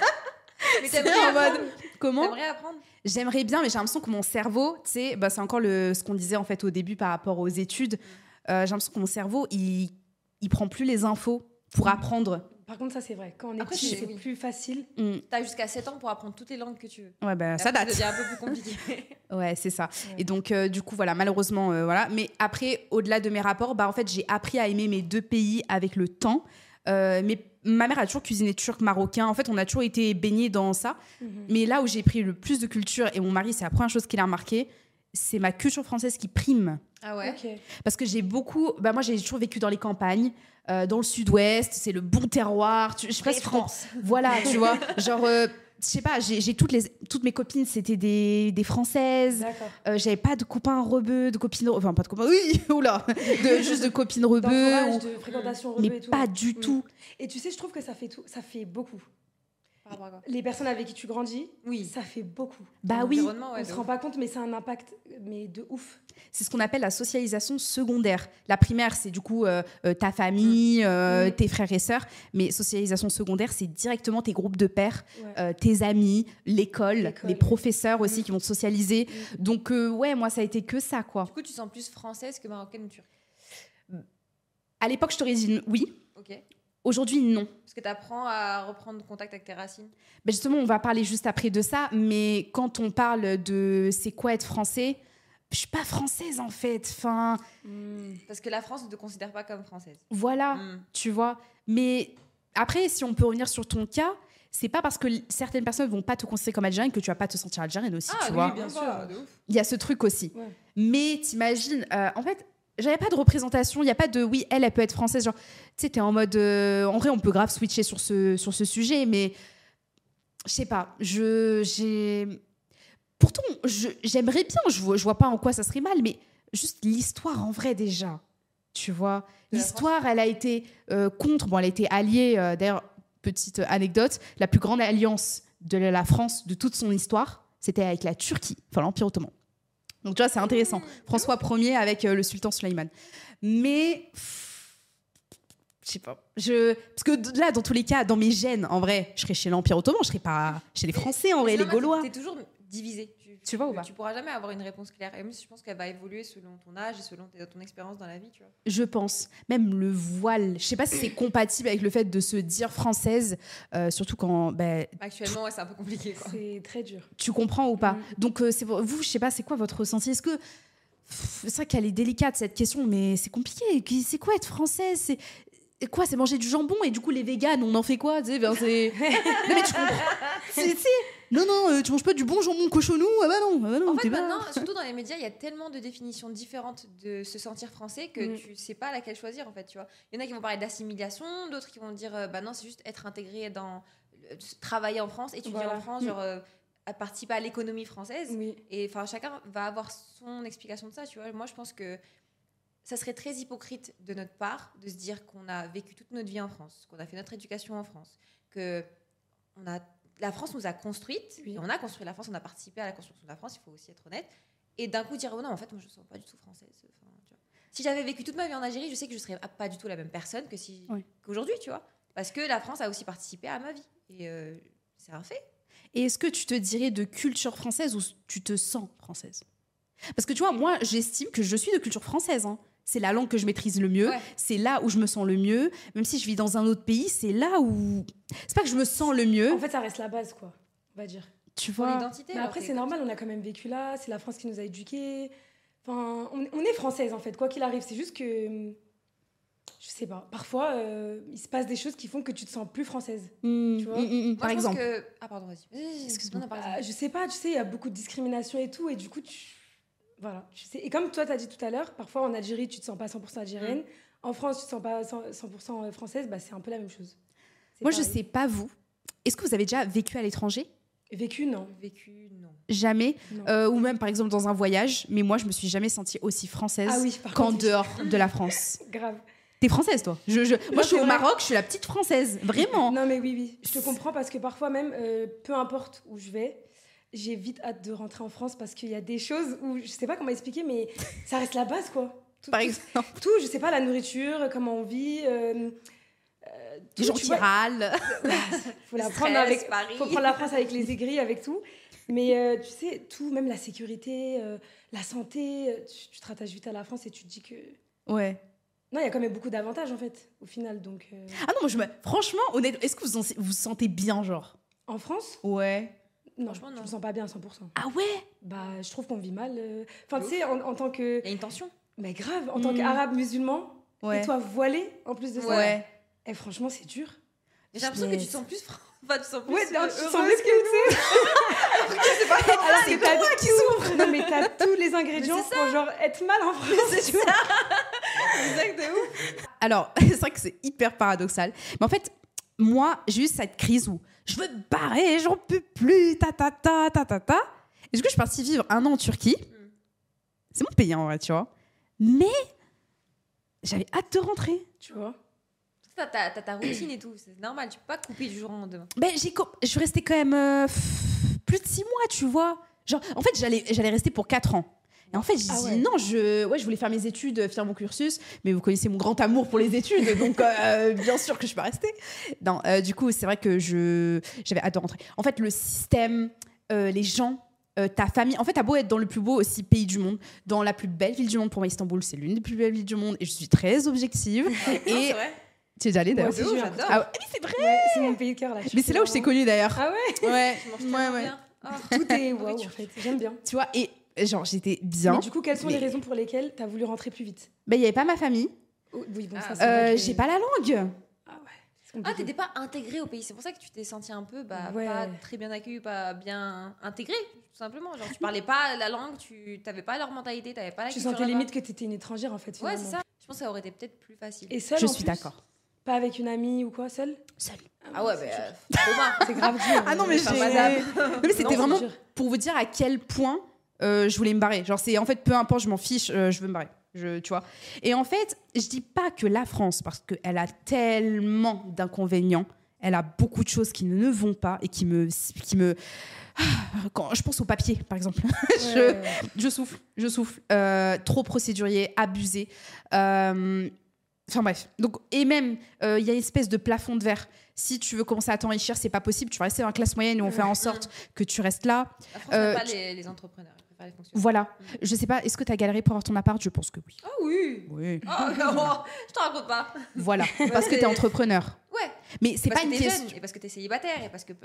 Mais C'est t'aimerais en mode. apprendre. Comment? T'aimerais apprendre. J'aimerais bien, mais j'ai l'impression que mon cerveau, tu sais, c'est encore ce qu'on disait en fait au début par rapport aux études. J'ai l'impression que mon cerveau, il prend plus les infos pour apprendre. Par contre, ça, c'est vrai. Quand on est Après, petit, c'est- c'est oui. plus facile. T'as jusqu'à 7 ans pour apprendre toutes les langues que tu veux. Ouais, bah, ça Après, date. Ça devient un peu plus compliqué. Ouais, c'est ça. Ouais. Et donc, du coup, voilà, malheureusement, voilà. Mais après, au-delà de mes rapports, en fait, j'ai appris à aimer mes deux pays avec le temps. Mais ma mère a toujours cuisiné turc, marocain. En fait, on a toujours été baignés dans ça. Mhm. Mais là où j'ai pris le plus de culture, et mon mari, c'est la première chose qu'il a remarqué, c'est ma culture française qui prime. Ah ouais. Ok. Parce que j'ai beaucoup. Bah, moi, j'ai toujours vécu dans les campagnes, dans le sud-ouest, c'est le bon terroir. Je sais pas Et si France. Voilà, tu vois. Genre, je sais pas, j'ai toutes mes copines, c'était des Françaises. D'accord. J'avais pas de copains rebeux, de copines. Enfin, pas de copains. Oui, oula. Juste de copines rebeux. D'entourage, ou- de fréquentation rebeu Mais et tout. pas du Mm. tout. Et tu sais, je trouve que ça fait tout. Ça fait beaucoup. Par rapport à quoi? Les personnes avec qui tu grandis, Oui. ça fait beaucoup. Bah oui, L'environnement, ouais, On de se ouf. rend pas compte, mais c'est un impact mais de ouf. c'est ce qu'on appelle la socialisation secondaire. La primaire, c'est du coup ta famille, tes frères et sœurs. Mais socialisation secondaire, c'est directement tes groupes de pairs, Ouais. tes amis, l'école, L'école, les ouais. professeurs aussi qui vont te socialiser. Donc ouais, moi, ça a été que ça, quoi. Du coup, tu sens plus française que marocaine ou turque? À l'époque, je t'aurais dit oui. Ok. Aujourd'hui, non. Parce que tu apprends à reprendre contact avec tes racines. Ben justement, on va parler juste après de ça. Mais quand on parle de c'est quoi être français, je suis pas française en fait. Enfin, Parce que la France ne te considère pas comme française. voilà, tu vois. Mais après, si on peut revenir sur ton cas, c'est pas parce que certaines personnes vont pas te considérer comme algérienne que tu vas pas te sentir algérienne aussi, tu vois. bien sûr. De ouf. Il y a ce truc aussi. Ouais. Mais t'imagines, en fait, j'avais pas de représentation, il y a pas de oui, elle peut être française. Genre, tu sais, t'es en mode. En vrai, on peut grave switcher sur ce sujet, mais je sais pas. Pourtant, j'aimerais bien, je vois pas en quoi ça serait mal, mais juste l'histoire en vrai déjà. Tu vois, De la l'histoire, elle a été contre. Bon, elle a été alliée, d'ailleurs, petite anecdote, la plus grande alliance de la France de toute son histoire, c'était avec la Turquie, enfin l'Empire ottoman. Donc tu vois, c'est intéressant. François Ier avec le sultan Sulayman. Mais je sais pas. Parce que là, dans tous les cas, dans mes gènes, en vrai, je serais chez l'Empire ottoman, je serais pas chez les Français, en vrai, les Gaulois. T'es toujours divisé. Tu vois ou pas? Tu pourras jamais avoir une réponse claire. Et même si je pense qu'elle va évoluer selon ton âge et selon ton expérience dans la vie, tu vois. Je pense. Même le voile, je sais pas si c'est compatible avec le fait de se dire française, surtout quand Actuellement, ouais, c'est un peu compliqué, quoi. C'est très dur. tu comprends ou pas. Donc c'est pour vous, je sais pas, c'est quoi votre ressenti? Est-ce que c'est vrai qu'elle est délicate cette question, mais c'est compliqué. C'est quoi être française? C'est quoi? C'est manger du jambon et du coup les véganes, on en fait quoi? Tu sais, non mais tu comprends. Non, tu manges pas du bon jambon cochonou? Ah bah non, En fait, t'es pas- maintenant, surtout dans les médias, il y a tellement de définitions différentes de se sentir français que tu sais pas laquelle choisir, en fait, tu vois. Il y en a qui vont parler d'assimilation, d'autres qui vont dire, bah non, c'est juste être intégré travailler en France, étudier Voilà. en France, genre à participer à l'économie française. Oui. Et enfin, chacun va avoir son explication de ça, tu vois. Moi, je pense que ça serait très hypocrite de notre part de se dire qu'on a vécu toute notre vie en France, qu'on a fait notre éducation en France, que la France nous a construite, Oui. et on a construit la France, on a participé à la construction de la France, il faut aussi être honnête, et d'un coup dire, oh non, en fait, moi, je ne me sens pas du tout française. Enfin, tu vois. Si j'avais vécu toute ma vie en Algérie, je sais que je ne serais pas du tout la même personne qu'aujourd'hui, tu vois. Parce que la France a aussi participé à ma vie. Et c'est un fait. Et est-ce que tu te dirais de culture française ou tu te sens française? Parce que tu vois, moi, j'estime que je suis de culture française. Hein. C'est la langue que je maîtrise le mieux. Ouais. C'est là où je me sens le mieux. Même si je vis dans un autre pays, c'est là où... C'est pas que je me sens le mieux, En fait, ça reste la base, quoi, on va dire. tu Pour vois. l'identité. Mais alors, après, t'es c'est comme normal, ça. on a quand même vécu là, c'est la France qui nous a éduqués. Enfin, on est française, en fait, quoi qu'il arrive. C'est juste que, je sais pas, parfois, il se passe des choses qui font que tu te sens plus française. Tu vois Moi, par je pense exemple. que... Ah, pardon, vas-y. Excuse-moi. Non, non, pardon. Je sais pas, tu sais, il y a beaucoup de discrimination et tout, et du coup, voilà, tu sais. Et comme toi, tu as dit tout à l'heure, parfois en Algérie, tu te sens pas 100% algérienne. En France, tu te sens pas 100% française, bah, c'est un peu la même chose. C'est Moi, je pareil. sais pas vous. Est-ce que vous avez déjà vécu à l'étranger? Vécu, non. Vécu, non. Jamais. Non. Ou même, par exemple, dans un voyage. Mais moi, je me suis jamais sentie aussi française Ah oui, par qu'en contre, dehors de la France. grave. T'es française, toi? Moi, je suis c'est au vrai. Maroc, je suis la petite française. Vraiment. Non, mais oui. Je te comprends parce que parfois même, peu importe où je vais, j'ai vite hâte de rentrer en France parce qu'il y a des choses où je sais pas comment expliquer, mais ça reste la base, quoi. Par exemple, Tout, je sais pas, la nourriture, comment on vit. les gens qui râlent. Faut la Le prendre stress, avec. Paris. Faut prendre la France avec les aigris, avec tout. Mais tu sais, tout, même la sécurité, la santé, tu te rattaches vite à la France et tu te dis que. Ouais. Non, il y a quand même beaucoup d'avantages en fait, au final. Donc, Ah non, moi, franchement, honnêtement, est-ce que vous vous sentez bien, genre? en France, Ouais. non, Franchement, non. je me sens pas bien à 100%. Ah ouais? Bah, je trouve qu'on vit mal. Enfin, De tu sais, en tant que. Il y a une tension. Mais grave, en tant qu'arabe musulman, Ouais. et toi voilé en plus de ça. Ouais. Et franchement, c'est dur. J'ai l'impression que Mais- tu te sens plus... Enfin, tu te sens plus Ouais, tu heureuse sens mieux que nous. Alors, c'est pas moi qui souffre. Non, mais t'as tous les ingrédients Mais c'est pour genre être mal en France. Tu vois. Exact de ouf. Alors, c'est vrai que c'est hyper paradoxal. Mais en fait, moi, j'ai eu cette crise où je veux me barrer, j'en peux plus, ta. Et du coup, je suis partie vivre 1 an en Turquie. C'est mon pays, en vrai, tu vois. Mais j'avais hâte de rentrer. Tu vois. T'as ta routine et tout, c'est normal, tu peux pas couper du jour au lendemain. Ben, je suis restée quand même plus de 6 mois, tu vois. Genre, en fait, j'allais rester pour 4 ans. Et en fait, j'ai dit non, je voulais faire mes études, finir mon cursus, mais vous connaissez mon grand amour pour les études, donc bien sûr que je suis pas restée. Non, du coup, c'est vrai que j'avais hâte de rentrer. En fait, le système, les gens, ta famille, en fait, t'as beau être dans le plus beau aussi pays du monde, dans la plus belle ville du monde, pour moi, Istanbul, c'est l'une des plus belles villes du monde, et je suis très objective. Non, c'est vrai. Tu es déjà allée d'ailleurs? Moi aussi, Oh, j'ai j'adore. Ah ouais, mais c'est vrai. Ouais, c'est mon pays de cœur là. Mais c'est là où je t'ai connue d'ailleurs. Ah ouais. Ouais, Tu manges tellement ouais. bien. Oh. Tout est waouh en fait. J'aime bien. Tu vois, et genre, j'étais bien. Mais du coup, quelles sont les Mais- raisons pour lesquelles t'as voulu rentrer plus vite? Ben, il n'y avait pas ma famille. Oh, oui, bon, ça Ah, c'est vrai que- J'ai pas la langue. Ah ouais. c'est Ah, compliqué. t'étais pas intégrée au pays, c'est pour ça que tu t'es sentie un peu Ouais. pas très bien accueillie, pas bien intégrée, tout simplement. Genre, tu parlais pas la langue, tu t'avais pas leur mentalité, t'avais pas la Tu culture sentais là-bas. limite que t'étais une étrangère en fait. Ouais, Finalement. c'est ça. Je pense que ça aurait été peut-être plus facile. Et seule Je en suis plus d'accord. Pas avec une amie ou quoi, seule? Seule. Ah ouais, c'est mais dur. Romain. C'est grave dur. Ah non, mais Enfin, j'ai. madame. Non, mais c'était Non, c'est vraiment dur. pour vous dire à quel point je voulais me barrer. Genre, c'est en fait, peu importe, je m'en fiche, je veux me barrer. Tu vois. Et en fait, je dis pas que la France, parce qu'elle a tellement d'inconvénients, elle a beaucoup de choses qui ne vont pas et qui me. Quand je pense au papier, par exemple, Ouais. je souffle. Trop procédurier, abusé. Enfin bref. Donc, et même, il y a une espèce de plafond de verre. Si tu veux commencer à t'enrichir, c'est pas possible. Tu vas rester dans la classe moyenne et on fait en sorte que tu restes là. La France n'aime pas tu- les entrepreneurs, ils préfèrent les fonctionnaires. Voilà. Je sais pas, est-ce que tu as galéré pour avoir ton appart? Je pense que oui. Ah oui. Oui. Oh non, je te raconte pas. Voilà. Parce que tu es entrepreneur. Ouais. Mais c'est Parce pas que une t'es question. jeune, et parce que t'es célibataire, et parce que.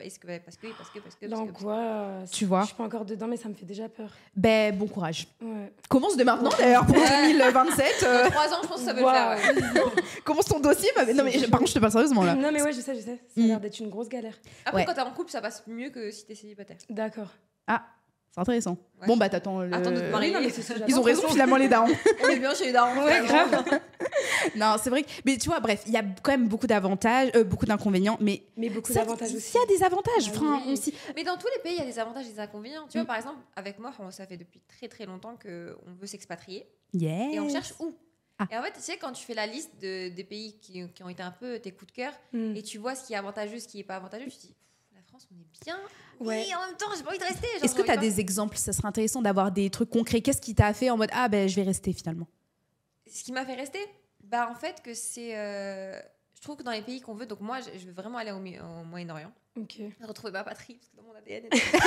L'angoisse. Tu vois. Je suis pas encore dedans, mais ça me fait déjà peur. Ben, bon courage. Ouais. Commence de maintenant d'ailleurs pour 2027. Dans 3 ans, je pense que ça peut le faire. Ouais. Commence ton dossier. Non, mais par contre, je te parle sérieusement là. Non, mais ouais, je sais. Ça a l'air d'être une grosse galère. Après, Ouais. quand t'es en couple, ça passe mieux que si t'es célibataire. D'accord. Ah, c'est intéressant. Ouais. Bon, bah, t'attends le. Attends de te marier. Oui, non, mais c'est ce que Ils ont j'attends, raison de toute finalement, les darons. On est bien chez les darons. Ouais, grave. Non, c'est vrai. Mais tu vois, bref, il y a quand même beaucoup d'avantages, beaucoup d'inconvénients. Mais Mais beaucoup ça, d'avantages aussi. il y a des avantages. Ah Enfin, oui. aussi. Mais dans tous les pays, il y a des avantages et des inconvénients. Tu vois, Mm. par exemple, avec moi, ça fait depuis très très longtemps qu'on veut s'expatrier Yes. et on cherche où. Ah. Et en fait, tu sais, quand tu fais la liste des pays qui ont été un peu tes coups de cœur Mm. et tu vois ce qui est avantageux, ce qui est pas avantageux, tu te dis, la France, on est bien. Ouais. Et en même temps, j'ai pas envie de rester. Genre, Est-ce que tu as des exemples? Ça serait intéressant d'avoir des trucs concrets. Qu'est-ce qui t'a fait en mode ah ben je vais rester finalement? Ce qui m'a fait rester, bah en fait que c'est, je trouve que dans les pays qu'on veut, donc moi je veux vraiment aller au Moyen-Orient. Ok. Retrouver ma patrie parce que dans mon ADN.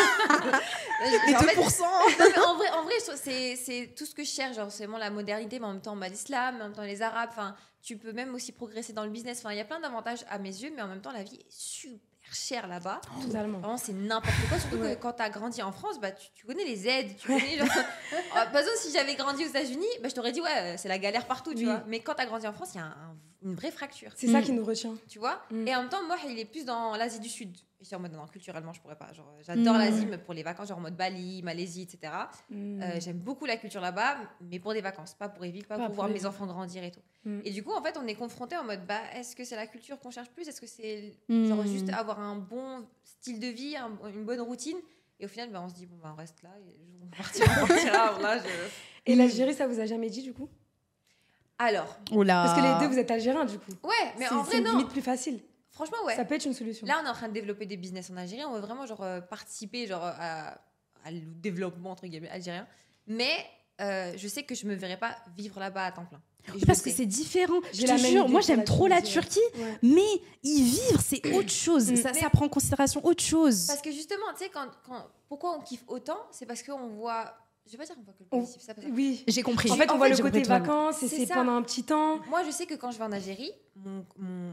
Les En fait, 2%. non, mais en vrai, je trouve que c'est tout ce que je cherche, genre c'est vraiment la modernité, mais en même temps l'islam, en même temps les Arabes. Enfin, tu peux même aussi progresser dans le business. Enfin, il y a plein d'avantages à mes yeux, mais en même temps la vie est super chère là-bas. Totalement. Vraiment, c'est n'importe quoi. Surtout Ouais. que quand tu as grandi en France, bah, tu connais les aides. Tu connais, genre... Par exemple, si j'avais grandi aux États-Unis, bah, je t'aurais dit, ouais, c'est la galère partout, tu Oui. vois. Mais quand tu as grandi en France, il y a une vraie fracture, C'est ça Mm. qui nous retient. tu vois. Mm. Et en même temps, moi, il est plus dans l'Asie du Sud. Et je suis en mode, non, culturellement, je pourrais pas. Genre, j'adore Mm. l'Asie, mais pour les vacances, genre en mode Bali, Malaisie, etc. Mm. J'aime beaucoup la culture là-bas, mais pour des vacances, pas pour y vivre, pas Pas pour voir pour y mes vivre. enfants grandir et tout. Mm. Et du coup, en fait, on est confronté en mode, bah, est-ce que c'est la culture qu'on cherche plus? Est-ce que c'est Mm. genre juste avoir un bon style de vie, une bonne routine? Et au final, bah, on se dit, bon, bah, on reste là, et le jour où on partira, on partira. Alors là, Et l'Algérie, ça vous a jamais dit du coup? Alors, Oh là. Parce que les deux, vous êtes algériens du coup. ouais, mais C'est- en c'est vrai, non. limite plus facile. Franchement, ouais. Ça peut être une solution. Là, on est en train de développer des business en Algérie. On veut vraiment genre, participer genre, à le développement entre guillemets, algérien. Mais je sais que je me verrai pas vivre là-bas à temps plein. Et je Parce le que sais. c'est différent. J'ai Je la te même jure, idée moi pour j'aime la trop la Tunisie, ouais. Turquie, Ouais. mais y vivre c'est autre chose. Mm. Ça prend en considération autre chose. Parce que justement, tu sais, pourquoi on kiffe autant, c'est parce qu'on voit. Je vais pas dire qu'on voit que le On- positif, ça passe. Oui. J'ai compris. En fait, on voit le j'ai côté compris totalement. vacances et C'est c'est ça. pendant un petit temps. Moi, je sais que quand je vais en Algérie, mon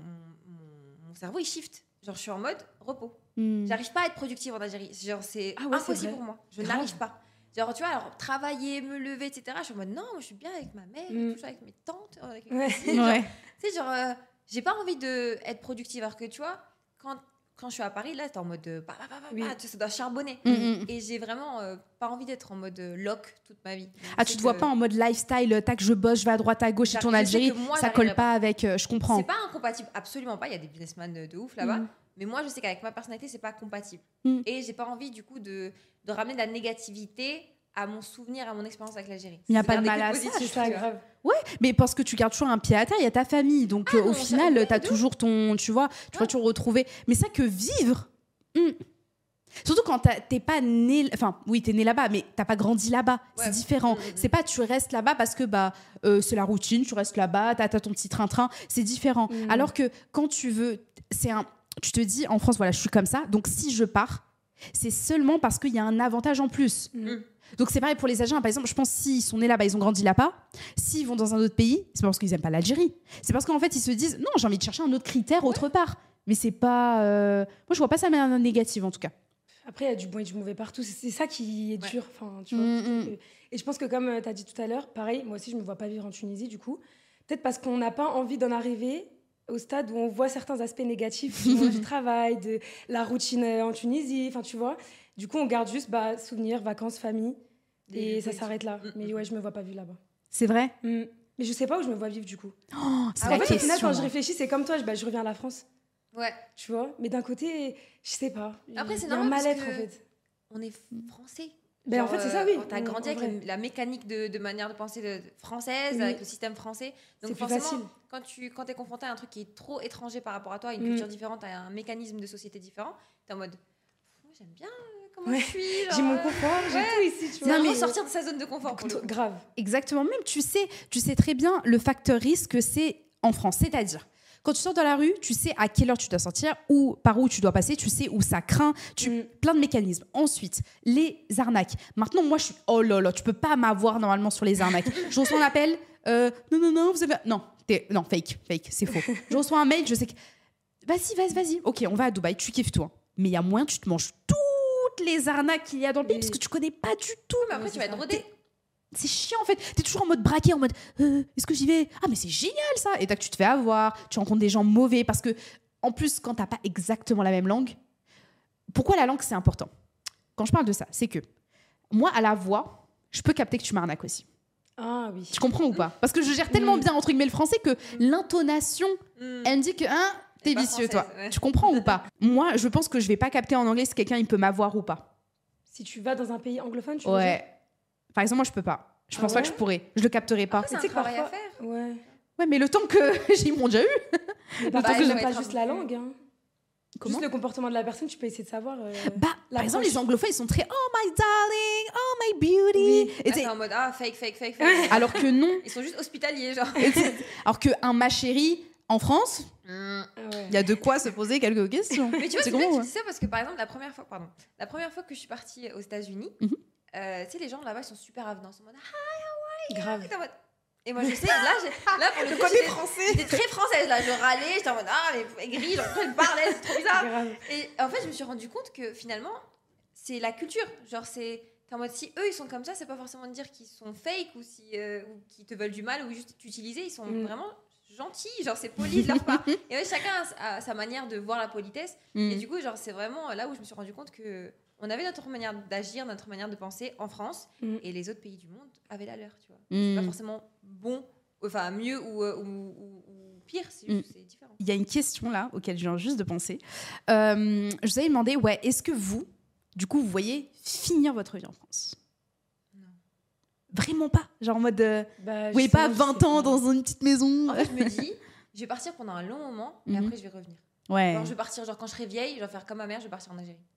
cerveau il shift. Genre, je suis en mode repos. Mm. J'arrive pas à être productive en Algérie. Genre, c'est Ah ouais, c'est impossible vrai. pour moi. Je Grave. n'arrive pas. Genre, tu vois, alors travailler, me lever, etc. Je suis en mode non, moi, je suis bien avec ma mère, Mm. toujours avec mes tantes, avec mes Ouais. cousines. Genre, Ouais. tu sais, genre, j'ai pas envie d'être productive. Alors que tu vois, quand je suis à Paris, là, t'es en mode Oui. tu sais, ça doit charbonner. Mm, mm. Et j'ai vraiment pas envie d'être en mode lock toute ma vie. Ah, tu te vois pas en mode lifestyle, tac, je bosse, je vais à droite, à gauche, je tourne en Je sais Algérie. que moi, Ça colle j'arriverai pas avec. Je comprends. C'est pas incompatible, absolument pas. Il y a des businessmen de ouf là-bas. Mm. Mais moi, je sais qu'avec ma personnalité, c'est pas compatible. Mm. Et j'ai pas envie, du coup, de ramener de la négativité à mon souvenir, à mon expérience avec l'Algérie. Il n'y a C'est pas de garder mal que à ça, positif, C'est ça, tu vois. grave. Mais parce que tu gardes toujours un pied à terre, il y a ta famille. Donc au non, ça, final, oui, tu as de toujours ton. Tu vas toujours retrouver. Mais ça que vivre. Surtout quand t'es pas né. Enfin, oui, t'es né là-bas, mais t'as pas grandi là-bas. Ouais. C'est différent. C'est pas tu restes là-bas parce que c'est la routine, tu restes là-bas, t'as ton petit train-train. C'est différent. Alors que quand tu veux. Tu te dis, en France, voilà, je suis comme ça. Donc si je pars, c'est seulement parce qu'il y a un avantage en plus. Donc c'est pareil pour les Algériens, par exemple, je pense s'ils sont nés là-bas, ils ont grandi là-bas, s'ils vont dans un autre pays, c'est pas parce qu'ils aiment pas l'Algérie, c'est parce qu'en fait ils se disent non, j'ai envie de chercher un autre critère autre part. Mais c'est pas moi je vois pas ça de manière négative en tout cas. Après, il y a du bon et du mauvais partout. C'est ça qui est dur. Enfin, tu vois, et je pense que comme tu as dit tout à l'heure, pareil, moi aussi je me vois pas vivre en Tunisie du coup. Peut-être parce qu'on n'a pas envie d'en arriver au stade où on voit certains aspects négatifs du travail, de la routine en Tunisie, enfin tu vois. Du coup, on garde juste souvenirs, vacances, famille, et ça s'arrête là. Mais ouais, je me vois pas vivre là-bas. C'est vrai. Mais je sais pas où je me vois vivre du coup. C'est En la fait, au final, question. quand je réfléchis, c'est comme toi, je reviens à la France, Ouais. tu vois. Mais d'un côté, je sais pas. Après, c'est Il y a un normal parce mal-être que- en fait. On est français. Ben, en fait, c'est ça, oui. Tu as grandi En avec vrai. la mécanique de manière de penser française, Oui. avec le système français. C'est Donc plus forcément, facile. quand tu es confronté à un truc qui est trop étranger par rapport à toi, une Mm. culture différente, à un mécanisme de société différent, tu es en mode moi, j'aime bien comment Ouais. je suis. J'ai mon confort, j'ai tout ici, tu C'est vois. vraiment mais- sortir de sa zone de confort. Pour le coup. Grave. Exactement. Même tu sais très bien le facteur risque que c'est en France. C'est-à-dire, quand tu sors dans la rue, tu sais à quelle heure tu dois sortir, ou par où tu dois passer, tu sais où ça craint, plein de mécanismes. Ensuite, les arnaques. Maintenant, moi, je suis oh là là, tu peux pas m'avoir normalement sur les arnaques. Je reçois un appel, non, vous avez non, fake, c'est faux. Je reçois un mail, je sais que vas-y, ok, on va à Dubaï, tu kiffes toi. Mais il y a moyen, tu te manges toutes les arnaques qu'il y a dans le pays Oui. parce que tu connais pas du tout. Mais après, tu vas être rodé. C'est chiant en fait. T'es toujours en mode braqué, en mode est-ce que j'y vais? Ah mais c'est génial ça. Et tac, tu te fais avoir, tu rencontres des gens mauvais parce que en plus quand t'as pas exactement la même langue, pourquoi la langue c'est important? Quand je parle de ça, c'est que moi à la voix, je peux capter que tu m'arnaques aussi. Ah oui. Tu comprends ou pas? Parce que je gère tellement bien entre guillemets le français que l'intonation indique t'es pas vicieux toi. française, ouais. Tu comprends ou pas? Moi, je pense que je vais pas capter en anglais si quelqu'un il peut m'avoir ou pas. Si tu vas dans un pays anglophone, tu veux dire Ouais. Par exemple, moi je peux pas. Je pense pas ouais que je pourrais. Je le capterai pas. Après, c'est Mais un tu sais que travail à parfois- faire. Ouais. Ouais, mais le temps que ils m'ont déjà eu. Mais Bah, parfois, il c'est doit pas être juste un la peu- langue. Hein. Comment? Juste le comportement de la personne, tu peux essayer de savoir. Par l'approche. exemple, les anglophones, ils sont très oh my darling, oh my beauty. Oui. Et Là, t'sais, c'est en mode fake. alors que non. Ils sont juste hospitaliers, genre. Alors que un ma chérie en France, Ah ouais. il y a de quoi se poser quelques questions. Mais tu vois, C'est c'est bien que comment, tu dis ça parce que par exemple, la première fois que je suis partie aux États-Unis, Mhm. tu sais, les gens là-bas, ils sont super avenants. Ils sont en mode Grave. T'es en mode- Et moi, je sais, là pour le coup, j'étais très française, là. Je râlais, j'étais en mode mais aigrie, genre, je parlais, c'est trop bizarre. Grave. Et en fait, je me suis rendu compte que finalement, c'est la culture. Genre, t'es en mode, si eux, ils sont comme ça, c'est pas forcément de dire qu'ils sont fake ou ou qu'ils te veulent du mal ou juste t'utiliser. Ils sont vraiment gentils, genre, c'est poli de leur part. Et ouais, chacun a sa manière de voir la politesse. Et du coup, genre, c'est vraiment là où je me suis rendu compte que on avait notre manière d'agir, notre manière de penser en France, et les autres pays du monde avaient la leur, tu vois. C'est pas forcément bon, enfin mieux ou pire, c'est juste c'est différent. Il y a une question là auquel je viens juste de penser. Je vous avais demandé, est-ce que vous, du coup, vous voyez finir votre vie en France? Non. Vraiment pas. Genre en mode, Bah, vous voyez pas 20 ans dans une petite maison. En fait, je me dis, je vais partir pendant un long moment, et après je vais revenir. Ouais. Genre, je vais partir, genre quand je serai vieille, je vais faire comme ma mère, je vais partir en Algérie.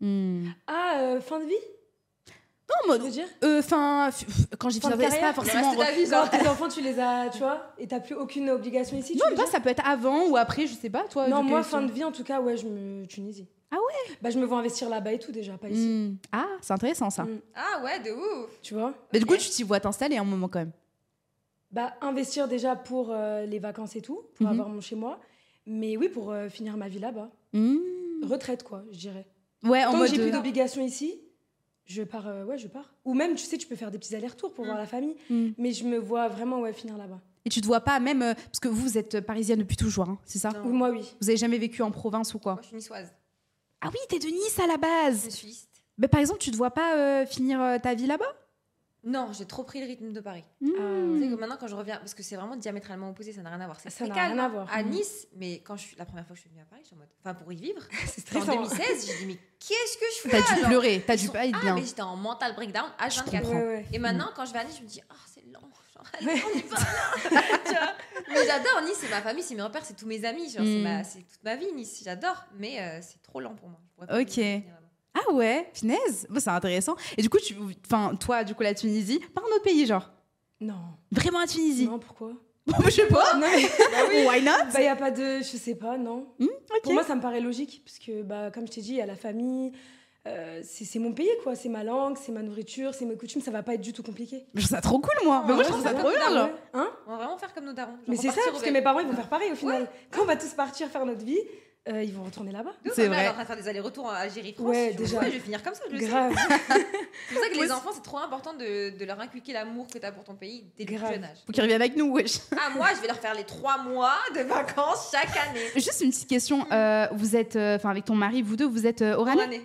Fin de vie Non, tu veux dire quand j'ai Fin de fini, c'est pas carrière. forcément. Le reste de ta vie, Genre, tes enfants, tu les as, tu vois, et t'as plus aucune obligation ici. tu Non, veux pas, dire ça peut être avant ou après, je sais pas, toi. Non, de moi, quelle fin de question. vie, en tout cas, ouais, Tunisie. Ah ouais Bah, je me vois investir là-bas et tout, déjà, pas ici. Ah, c'est intéressant ça. Ah ouais, de ouf. Tu vois Mais du Ok. coup, tu t'y vois t'installer un moment quand même. Bah, investir déjà pour les vacances et tout, pour avoir mon chez-moi. Mais oui, pour finir ma vie là-bas. Retraite, quoi, je dirais. Ouais, en Tant mode. que j'ai plus d'obligations ici, je pars. Je pars. Ou même, tu sais, tu peux faire des petits allers-retours pour voir la famille. Mais je me vois vraiment finir là-bas. Et tu te vois pas même. Parce que vous êtes parisienne depuis toujours, hein, c'est ça? Non. Ou moi, oui. Vous avez jamais vécu en province ou quoi? Moi, je suis niçoise. Ah oui, t'es de Nice à la Je base. suis liste. Mais par exemple, tu te vois pas finir ta vie là-bas? Non, j'ai trop pris le rythme de Paris. Ah, Tu sais ouais. que maintenant, quand je reviens, parce que c'est vraiment diamétralement opposé, ça n'a rien à voir. C'est Ça très n'a calme rien à voir. à Nice, mais la première fois que je suis venue à Paris, je suis en mode, enfin pour y vivre, C'est en stressant. 2016, j'ai dit mais qu'est-ce que je fais T'as dû là, pleurer, t'as dû genre, pas être ah, bien. mais j'étais en mental breakdown H24. comprends. Ouais. Et maintenant, quand je vais à Nice, je me dis, ah, c'est lent. Genre, allez, on y va là. Tu vois. Mais j'adore Nice, c'est ma famille, c'est mes repères, c'est tous mes amis. Genre, c'est toute ma vie, Nice. J'adore, mais c'est trop lent pour moi. Je pourrais pas Ok. venir là-bas. Ah ouais, punaise, bah, c'est intéressant. Et du coup, toi, du coup, la Tunisie, pas un autre pays, genre Non. vraiment la Tunisie. Non, pourquoi? Bon, je sais pas. Non, mais Why not? bah, y a pas de. Je sais pas, non. Ok. Pour moi, ça me paraît logique, parce que, bah, comme je t'ai dit, il y a la famille. C'est mon pays, quoi. C'est ma langue, c'est ma nourriture, c'est mes coutumes. Ça va pas être du tout compliqué. Je trouve ça trop cool, moi. Mais moi, je trouve ça ouais, trop ouais, bien, genre. Ouais. Hein? On va vraiment faire comme nos darons. Genre, Mais c'est ça, repartir parce au que Bec. mes parents, ils vont faire pareil au final. Quand on va tous partir faire notre vie, ils vont retourner là-bas. Nous, C'est ma mère, vrai. elle est en train de faire des allers-retours à Algérie-France. Ouais, Je me dis, déjà. ouais, je vais finir comme ça, je le sais. Grave. C'est pour ça que Moi les aussi. enfants, c'est trop important de leur inculquer l'amour que tu as pour ton pays dès le plus Grave. jeune âge. Faut qu'ils reviennent avec nous, wesh. Ah, moi, je vais leur faire les 3 mois de vacances chaque année. Juste une petite question. Vous êtes, avec ton mari, vous deux, vous êtes oranais? Année.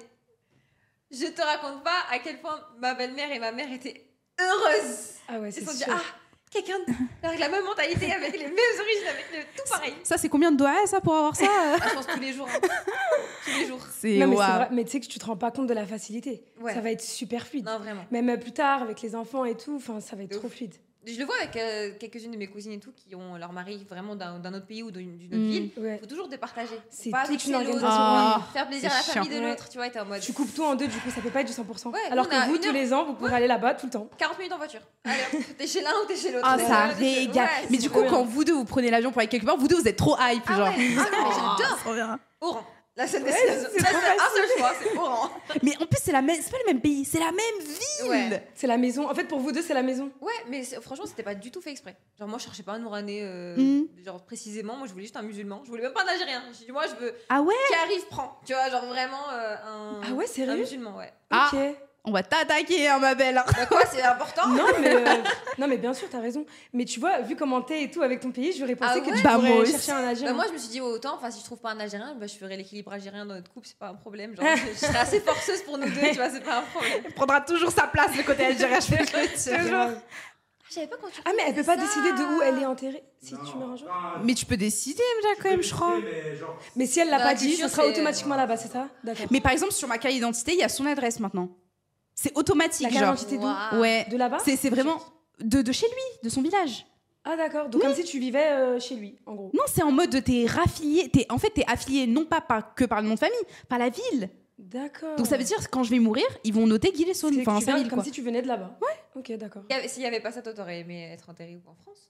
Je te raconte pas à quel point ma belle-mère et ma mère étaient heureuses. Ah ouais, Ils c'est se sont dit, sûr. quelqu'un avec la même mentalité, avec les mêmes origines, avec tout pareil. Ça, c'est combien de doigts, ça, pour avoir ça? Ah, je pense tous les jours. Hein. Tous les jours. C'est Non, mais c'est waouh. vrai. Mais tu sais que tu te rends pas compte de la facilité. Ouais. Ça va être super fluide. Non, vraiment. Même plus tard, avec les enfants et tout, ça va être De trop ouf. fluide. Je le vois avec quelques-unes de mes cousines et tout qui ont leur mari vraiment d'un autre pays ou d'une autre Mm. ville. Ouais. Il faut toujours départager. Faut C'est pas toute vexer une l'autre, organisation. Ah. faire plaisir à c'est la famille chiant. de l'autre. Tu vois, t'es en mode Tu coupes tout en deux, du coup, ça peut pas être du 100%. Ouais, Alors on que a vous, une tous heure. les ans, vous pouvez aller là-bas tout le temps. 40 minutes en voiture. Allez, hop, t'es chez l'un ou t'es chez l'autre. Ah, T'es ça là, t'es chez- régale. Ouais, Mais c'est du trop coup, bien. quand vous deux, vous prenez l'avion pour aller quelque part, vous deux, vous êtes trop hype, Ah genre. ouais. Ah, mais j'adore. Trop bien. Oran. La seule destination. c'est Ça, trop c'est un seul choix, c'est Oran. Mais en plus, c'est pas le même pays, c'est la même ville. Ouais. C'est la maison. En fait, pour vous deux, c'est la maison. Ouais, mais franchement, c'était pas du tout fait exprès. Genre, moi, je cherchais pas un Ouranais, genre précisément. Moi, je voulais juste un musulman. Je voulais même pas un Algérien. Je dis, moi, je veux Ah ouais? qui arrive, prend. Tu vois, genre vraiment un. Ah ouais, sérieux Un musulman, ouais. Ah. Ok. On va t'attaquer, hein, ma belle. Bah quoi, c'est important. Non, mais bien sûr, t'as raison. Mais tu vois, vu comment t'es et tout avec ton pays, j'aurais pensé Ah que ouais tu Bah, pourrais moi aussi. chercher un Bah, Algérien. moi, je me suis dit, autant, enfin, si je trouve pas un Algérien, bah, je ferai l'équilibre algérien dans notre couple, c'est pas un problème. Genre, je serai assez forceuse pour nous deux, tu vois, c'est pas un problème. Elle prendra toujours sa place, le côté algérien, je peux te le dire. Grave. Ah, j'avais pas quand tu Ah, mais elle peut pas décider de où elle est enterrée si Non, tu meurs un jour. non, Mais tu peux décider, déjà, tu quand même, peux je crois. décider, mais genre, Mais si elle l'a Dans pas la dit, culture, ça sera c'est- automatiquement là-bas, c'est ça? D'accord. Mais par exemple, sur ma carte d'identité, il y a son adresse maintenant. C'est automatique, La carte genre. d'identité d'où? Waouh. Ouais. De là-bas? C'est vraiment de chez lui, de son village. Ah, d'accord. Donc, comme si tu vivais chez lui, en gros. Non, c'est en mode de t'es raffilié. En fait, t'es affilié non pas que par le nom de famille, par la ville. D'accord. Donc ça veut dire que quand je vais mourir, ils vont noter Guy Lesson, C'est que enfin tu sa viens ville, comme quoi. si tu venais de là-bas. Ouais. Ok, d'accord. S'il y avait pas ça, toi, t'aurais aimé être enterré où en France?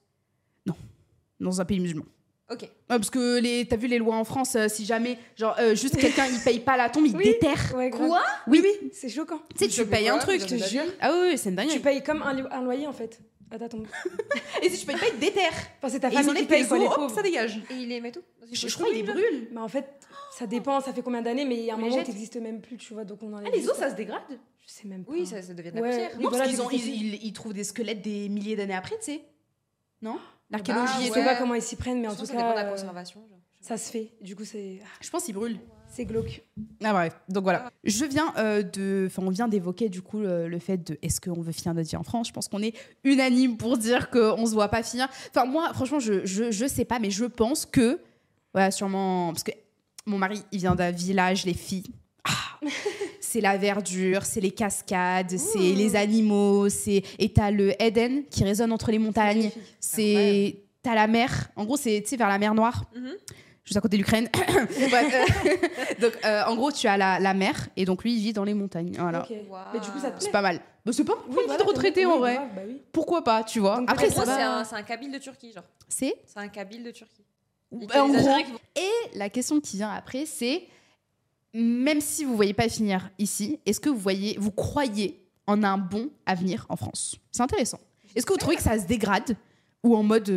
Dans un pays musulman. Ok. Ouais, parce que t'as vu les lois en France, si jamais, genre, juste quelqu'un il paye pas la tombe, il Oui. déterre. Ouais, grave. Quoi? Oui, Oui, c'est choquant. Tu sais, tu payes un truc. Je te jure. Ah oui, oui, c'est une Tu dinguerie. payes comme un loyer, en fait, à ta tombe. Et si tu payes pas, ils te déterrent. Enfin, c'est ta Et ils famille qui enlèvent paye, tes quoi, les os, hop, pauvres. ça dégage. Et il les met tout dans une Je poche crois qu'ils commune, brûlent. Mais en fait, ça dépend, ça fait combien d'années, mais il y a un On les moment où jette. t'existes même plus, tu vois, donc on enlève. Ah, les juste os, ça se dégrade. Je sais même pas. Oui, ça devient de la Ouais. poussière. Oui, Non, voilà, parce des qu'ils trouvent des squelettes des milliers d'années après, tu sais. Non? Bah, L'archéologie Je et sais tout. pas comment ils s'y prennent, mais en Je tout pense que ça dépend de cas, la conservation. genre. ça se fait. Du coup, c'est Je pense qu'ils brûlent. c'est glauque. Ah bref, donc voilà. Je viens on vient d'évoquer du coup le fait de est-ce qu'on veut finir notre vie en France. Je pense qu'on est unanime pour dire qu'on se voit pas finir. Enfin moi, franchement, je sais pas, mais je pense que voilà, sûrement parce que mon mari, il vient d'un village, les filles. Ah, c'est la verdure, c'est les cascades, c'est les animaux, et t'as le Eden qui résonne entre les montagnes. C'est t'as la mer. En gros, c'est tu sais vers la mer Noire. Mhm. Juste à côté de l'Ukraine. Bref, donc, en gros, tu as la mer, et donc lui, il vit dans les montagnes. Voilà. Ok. Waouh. Mais du coup, ça te C'est plaît. pas mal. Bah, c'est pas Oui, pour une voilà, vie de retraité, oui, en vrai. grave, bah oui. Pourquoi pas, tu vois. Donc, Après, peut-être ça Moi, va. c'est un kabyle de Turquie, genre. C'est C'est un kabyle de Turquie. en Les gros. Algériens qui vont- Et la question qui vient après, c'est même si vous voyez pas finir ici, est-ce que vous croyez en un bon avenir en France? C'est intéressant. Est-ce que vous trouvez que ça se dégrade ou en mode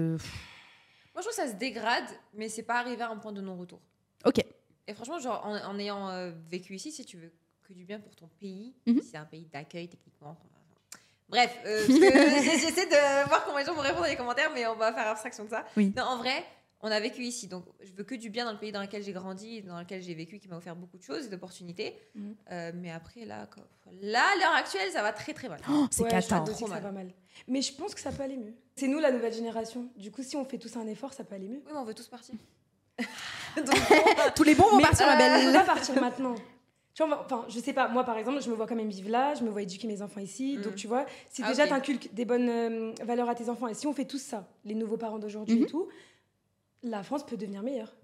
Moi, je trouve que ça se dégrade, mais c'est pas arrivé à un point de non-retour. Ok. Et franchement, genre, en ayant vécu ici, si tu veux que du bien pour ton pays, Mhm. si c'est un pays d'accueil techniquement. Bref, parce que j'essaie de voir comment les gens vont répondre dans les commentaires, mais on va faire abstraction de ça. Oui. Non, en vrai, on a vécu ici, donc je veux que du bien dans le pays dans lequel j'ai grandi, dans lequel j'ai vécu, qui m'a offert beaucoup de choses, d'opportunités. Mais après, là, à l'heure actuelle, ça va très très mal. Oh, c'est Ouais, je cata. pense aussi que ça va mal. Mais je pense que ça peut aller mieux. C'est nous, la nouvelle génération. Du coup, si on fait tous un effort, ça peut aller mieux. Oui, mais on veut tous partir. Tous les bons vont partir, ma On belle. va partir maintenant. Tu vois, enfin, je sais pas, moi par exemple, je me vois quand même vivre là, je me vois éduquer mes enfants ici. Donc tu vois, si déjà ok. t'inculques des bonnes valeurs à tes enfants, et si on fait tout ça, les nouveaux parents d'aujourd'hui et tout, la France peut devenir meilleure.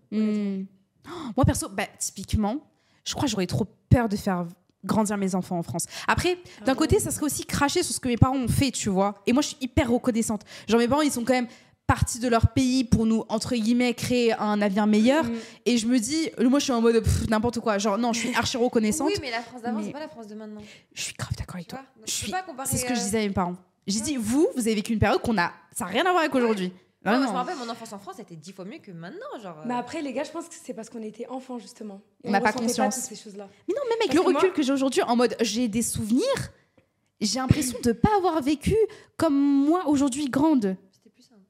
Moi, perso, typiquement, je crois que j'aurais trop peur de faire grandir mes enfants en France. Après, d'un côté, ça serait aussi cracher sur ce que mes parents ont fait, tu vois. Et moi, je suis hyper reconnaissante. Genre, mes parents, ils sont quand même partis de leur pays pour nous, entre guillemets, créer un avenir meilleur. Et je me dis, moi, je suis en mode n'importe quoi. Genre, non, je suis archi reconnaissante. Oui, mais la France d'avant, c'est pas la France de maintenant. Je suis grave d'accord avec toi. C'est ce que je disais à mes parents. J'ai dit, vous avez vécu une période ça n'a rien à voir avec aujourd'hui. Moi, je me rappelle, mon enfance en France était 10 fois mieux que maintenant. Genre, Mais après, les gars, je pense que c'est parce qu'on était enfants, justement. Et on n'a pas ressentait conscience. toutes ces choses-là. Mais non, même avec Parce le que recul moi- que j'ai aujourd'hui, en mode, j'ai des souvenirs, j'ai l'impression de ne pas avoir vécu comme moi aujourd'hui grande. c'était plus simple.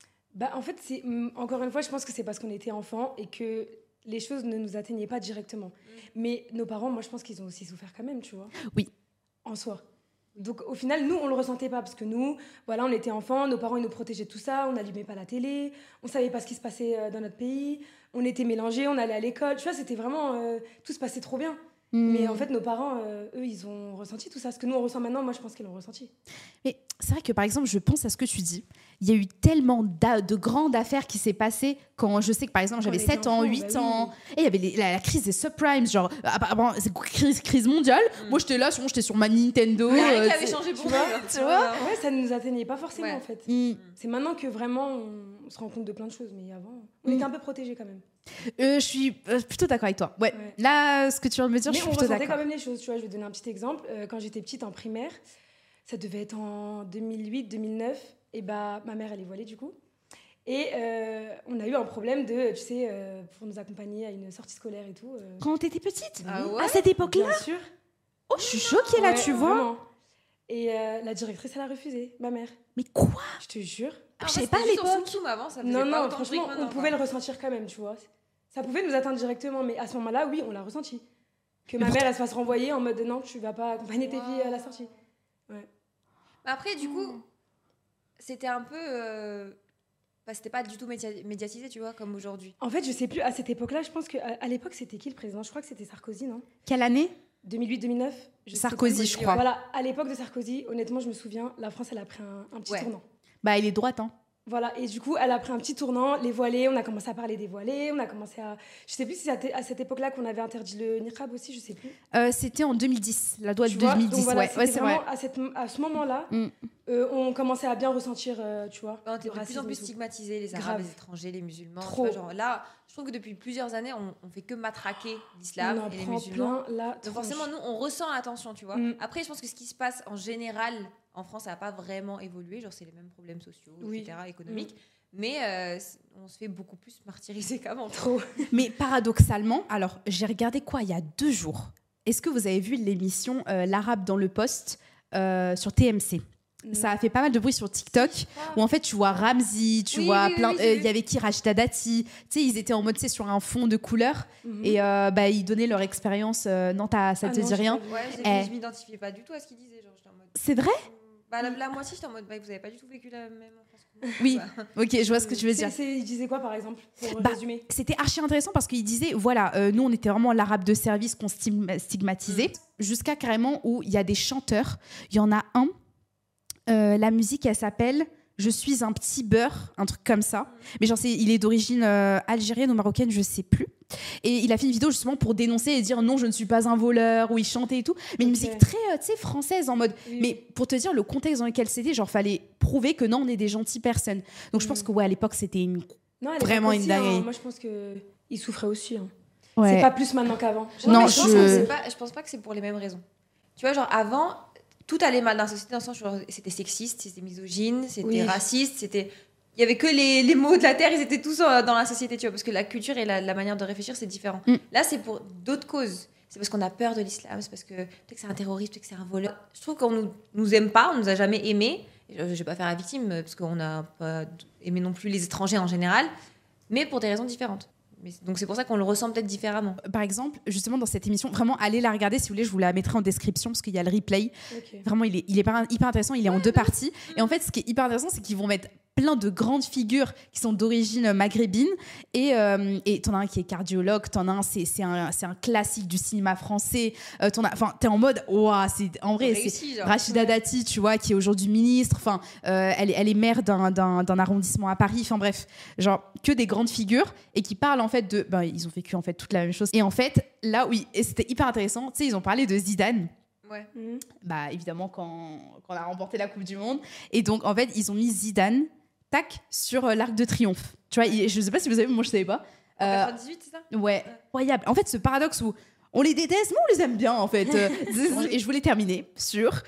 En fait, encore une fois, je pense que c'est parce qu'on était enfants et que les choses ne nous atteignaient pas directement. Mais nos parents, moi, je pense qu'ils ont aussi souffert quand même, tu vois. Oui. En soi. Donc, au final, nous, on le ressentait pas parce que nous, voilà, on était enfants, nos parents, ils nous protégeaient de tout ça, on n'allumait pas la télé, on savait pas ce qui se passait dans notre pays, on était mélangés, on allait à l'école, tu vois, c'était vraiment... tout se passait trop bien. Mais en fait, nos parents, eux, ils ont ressenti tout ça. Ce que nous, on ressent maintenant, moi, je pense qu'ils l'ont ressenti. Mais c'est vrai que, par exemple, je pense à ce que tu dis. Il y a eu tellement de grandes affaires qui s'est passées quand je sais que, par exemple, j'avais 7 ans, 8 ans. Et il y avait la crise des subprimes, genre, apparemment, c'est crise mondiale. Moi, j'étais sur ma Nintendo. Il y a rien qui avait changé pour moi. Tu vois Ouais, ça ne nous atteignait pas forcément, Ouais. en fait. Mm. C'est maintenant que vraiment, on se rend compte de plein de choses. Mais avant, on était un peu protégés quand même. Je suis plutôt d'accord avec toi. Ouais. Ouais. Là, ce que tu viens de me dire, Mais je suis on plutôt ressentait d'accord. quand même les choses, tu vois. Je vais donner un petit exemple. Quand j'étais petite en primaire, ça devait être en 2008-2009. Et ma mère, elle est voilée, du coup. Et on a eu un problème pour nous accompagner à une sortie scolaire et tout. Quand t'étais petite, Ah ouais à cette époque-là, Bien sûr. oh, je suis choquée là, Ouais, tu vois. vraiment. Et la directrice, elle a refusé, ma mère. Mais quoi? Je te jure. Je savais pas à l'époque. Avant, ça faisait Non, pas non, autant de bruit franchement, que maintenant, on pouvait quoi. le ressentir quand même, tu vois. Ça pouvait nous atteindre directement, mais à ce moment-là, oui, on l'a ressenti. Que ma mère, elle se fasse renvoyer en mode non, tu vas pas accompagner tes filles à la sortie. Après, du coup, c'était un peu... c'était pas du tout médiatisé, tu vois, comme aujourd'hui. En fait, je sais plus, à cette époque-là, je pense qu'à l'époque, c'était qui le président? Je crois que c'était Sarkozy, non? Quelle année? 2008-2009? Je sais Sarkozy, pas. je crois. Voilà, à l'époque de Sarkozy, honnêtement, je me souviens, la France, elle a pris un petit Ouais. tournant. Bah, il est droite, hein. Voilà, et du coup, elle a pris un petit tournant, les voilés, on a commencé à parler des voilés, on a commencé à... Je sais plus si c'était à cette époque-là qu'on avait interdit le niqab aussi, je sais plus. C'était en 2010, la loi de Tu vois, 2010. donc voilà, ouais, c'était c'est vrai. vraiment à ce moment-là, Mm. on commençait à bien ressentir, tu vois, On était le de plus racisme en plus et tout. stigmatisés, les Arabes, Grave. les étrangers, les musulmans. Trop. Tu vois, genre, là, je trouve que depuis plusieurs années, on fait que matraquer On l'islam en et les prend musulmans. plein la Donc tronche. forcément, nous, on ressent l'attention, tu vois. Mm. Après, je pense que ce qui se passe en général en France, ça n'a pas vraiment évolué. Genre, c'est les mêmes problèmes sociaux, Oui. etc., économiques. Mais on se fait beaucoup plus martyriser qu'avant. Trop. Mais paradoxalement, alors j'ai regardé quoi il y a 2 jours. Est-ce que vous avez vu l'émission L'Arabe dans le Poste sur TMC? Ça a fait pas mal de bruit sur TikTok où en fait tu vois Ramzy, tu Oui, vois oui, plein. oui, j'ai Il y avait qui, Rachida Dati. Tu sais, ils étaient en mode sur un fond de couleur Mhm. et ils donnaient leur expérience. Non, ça Ah te non, dit j'ai rien? pas vu. Ouais, Eh. je m'identifiais pas du tout à ce qu'ils disaient. Genre, j'étais en mode... C'est vrai? la moitié, j'étais en mode, vous avez pas du tout vécu la même enfance que moi. Oui. Bah. Ok, je vois ce que tu veux dire. Il disait quoi, par exemple, pour Bah, résumer? C'était archi intéressant parce qu'il disait, voilà, nous on était vraiment l'arabe de service qu'on stigmatisait, jusqu'à carrément où il y a des chanteurs. Il y en a un, la musique elle s'appelle Je suis un petit beurre, un truc comme ça. Mais genre il est d'origine algérienne ou marocaine, je sais plus. Et il a fait une vidéo justement pour dénoncer et dire non, je ne suis pas un voleur, où il chantait et tout. Mais une Ok. musique très, tu sais, française en mode. Oui. Mais pour te dire le contexte dans lequel c'était, genre fallait prouver que non, on est des gentilles personnes. Donc je pense que ouais, à l'époque c'était une. Non, à l'époque Vraiment une aussi, hein, dinguerie. moi, je pense qu'il souffrait aussi. Hein. Ouais. C'est pas plus maintenant qu'avant. Non, mais je pense je- que je pense pas que c'est pour les mêmes raisons. Tu vois, genre avant, tout allait mal dans la société, dans le sens où genre, c'était sexiste, c'était misogyne, c'était Oui. raciste, c'était... Il y avait que les mots de la terre, ils étaient tous dans la société, tu vois, parce que la culture et la manière de réfléchir, c'est différent. Mm. Là, c'est pour d'autres causes. C'est parce qu'on a peur de l'islam, c'est parce que peut-être que c'est un terroriste, peut-être que c'est un voleur. Je trouve qu'on nous aime pas, on nous a jamais aimés. Je vais pas faire la victime, parce qu'on n'a pas aimé non plus les étrangers en général. mais pour des raisons différentes. Donc c'est pour ça qu'on le ressent peut-être différemment. Par exemple, justement dans cette émission, vraiment allez la regarder si vous voulez, je vous la mettrai en description parce qu'il y a le replay. Ok. Vraiment, il est hyper intéressant, il est en 2 parties. Et en fait, ce qui est hyper intéressant, c'est qu'ils vont mettre plein de grandes figures qui sont d'origine maghrébine. Et t'en as un qui est cardiologue, t'en as un, c'est un classique du cinéma français. T'es en mode, en vrai, Réussi, c'est genre. Rachida Dati, tu vois, qui est aujourd'hui ministre. Enfin, elle est maire d'un arrondissement à Paris. Enfin bref, genre que des grandes figures et qui parlent en fait de, ils ont vécu en fait toute la même chose. Et en fait, là, oui, et c'était hyper intéressant. Tu sais, ils ont parlé de Zidane. Ouais. Évidemment quand on a remporté la Coupe du Monde. Et donc en fait, ils ont mis Zidane sur l'Arc de Triomphe. Tu vois, je sais pas si vous savez, moi je savais pas. En 98, c'est ça? Ouais, incroyable. En fait, ce paradoxe où on les déteste, mais on les aime bien en fait. Et je voulais terminer sur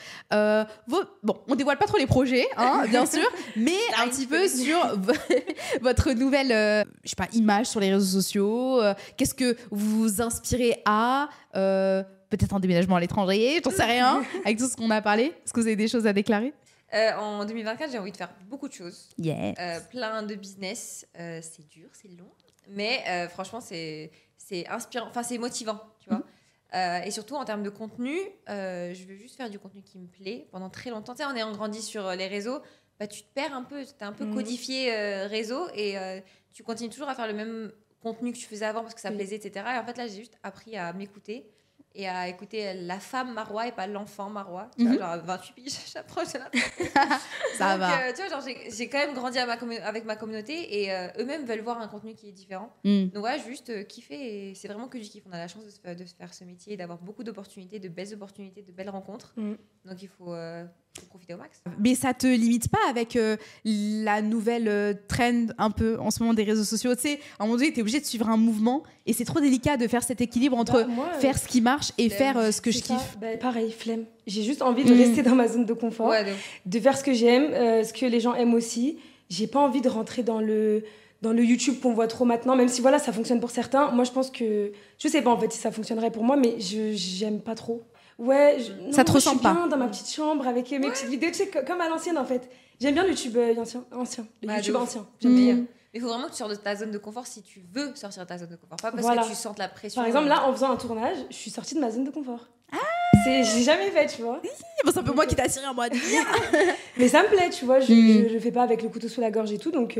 on dévoile pas trop les projets, hein, bien sûr, mais un petit peu sur votre nouvelle, image sur les réseaux sociaux. Qu'est-ce que vous vous inspirez à peut-être un déménagement à l'étranger, j'en sais rien, avec tout ce qu'on a parlé. Est-ce que vous avez des choses à déclarer? En 2024, j'ai envie de faire beaucoup de choses. Plein de business. C'est dur, c'est long. Mais franchement, c'est inspirant. Enfin, c'est motivant, tu vois. Et surtout, en termes de contenu, je veux juste faire du contenu qui me plaît pendant très longtemps. Tu sais, en ayant grandi sur les réseaux, tu te perds un peu. Tu es un peu codifié réseau et tu continues toujours à faire le même contenu que tu faisais avant parce que ça plaisait, etc. Et en fait, là, j'ai juste appris à m'écouter et à écouter la femme Marois et pas l'enfant Marois. Tu vois, genre 28 piges, j'approche de la Ça va. Tu vois, genre, j'ai quand même grandi avec ma communauté et eux-mêmes veulent voir un contenu qui est différent. Donc voilà, juste kiffer et c'est vraiment que du kiff. On a la chance de se faire ce métier et d'avoir beaucoup d'opportunités, de belles rencontres. Donc il faut profiter au max. Mais ça te limite pas avec la nouvelle trend un peu en ce moment des réseaux sociaux? Tu sais, à un moment donné, t'es obligé de suivre un mouvement et c'est trop délicat de faire cet équilibre entre faire ce qui marche et faire ce que je kiffe. Pareil, flemme. J'ai juste envie de rester dans ma zone de confort, de faire ce que j'aime, ce que les gens aiment aussi. J'ai pas envie de rentrer dans le YouTube qu'on voit trop maintenant, même si voilà, ça fonctionne pour certains. Moi, je pense que... Je sais pas en fait si ça fonctionnerait pour moi, mais j'aime pas trop. Ouais, ça te ressemble pas? Je suis bien dans ma petite chambre avec mes petites vidéos, tu sais, comme à l'ancienne en fait. J'aime bien le YouTube ancien. Le YouTube ancien. J'aime bien. Mais il faut vraiment que tu sortes de ta zone de confort si tu veux sortir de ta zone de confort. Pas parce que tu sens la pression. Par exemple, là, en faisant un tournage, je suis sortie de ma zone de confort. J'ai jamais fait, tu vois. C'est un peu moi qui t'ai attiré en mode. Mais ça me plaît, tu vois. Je le fais pas avec le couteau sous la gorge et tout. Donc,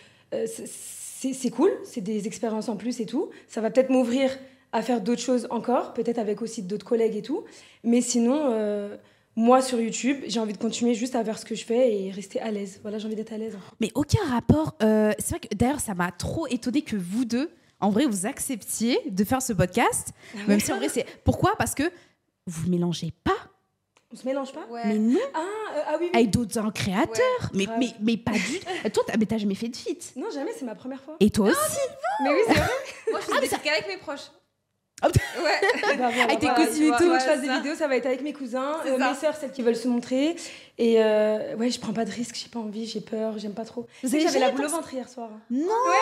c'est cool. C'est des expériences en plus et tout. Ça va peut-être m'ouvrir à faire d'autres choses encore. Peut-être avec aussi d'autres collègues et tout. Mais sinon... moi, sur YouTube, j'ai envie de continuer juste à faire ce que je fais et rester à l'aise. Voilà, j'ai envie d'être à l'aise. Mais aucun rapport. C'est vrai que d'ailleurs, ça m'a trop étonnée que vous deux, en vrai, vous acceptiez de faire ce podcast. Même si en vrai, c'est... Pourquoi? Parce que vous ne mélangez pas. On se mélange pas? Mais non. Oui. Avec d'autres créateurs. Mais pas du tout. Toi, t'as jamais fait de feat? Non, jamais, c'est ma première fois. Et toi aussi? Mais oui, c'est vrai. Moi, je fais des trucs avec mes proches. Avec tes cousines et tout. Je fasse des vidéos, ça va être avec mes cousins, mes sœurs, celles qui veulent se montrer. Et je prends pas de risques, j'ai pas envie, j'ai peur, j'aime pas trop. J'avais la boule au ventre hier soir. Non,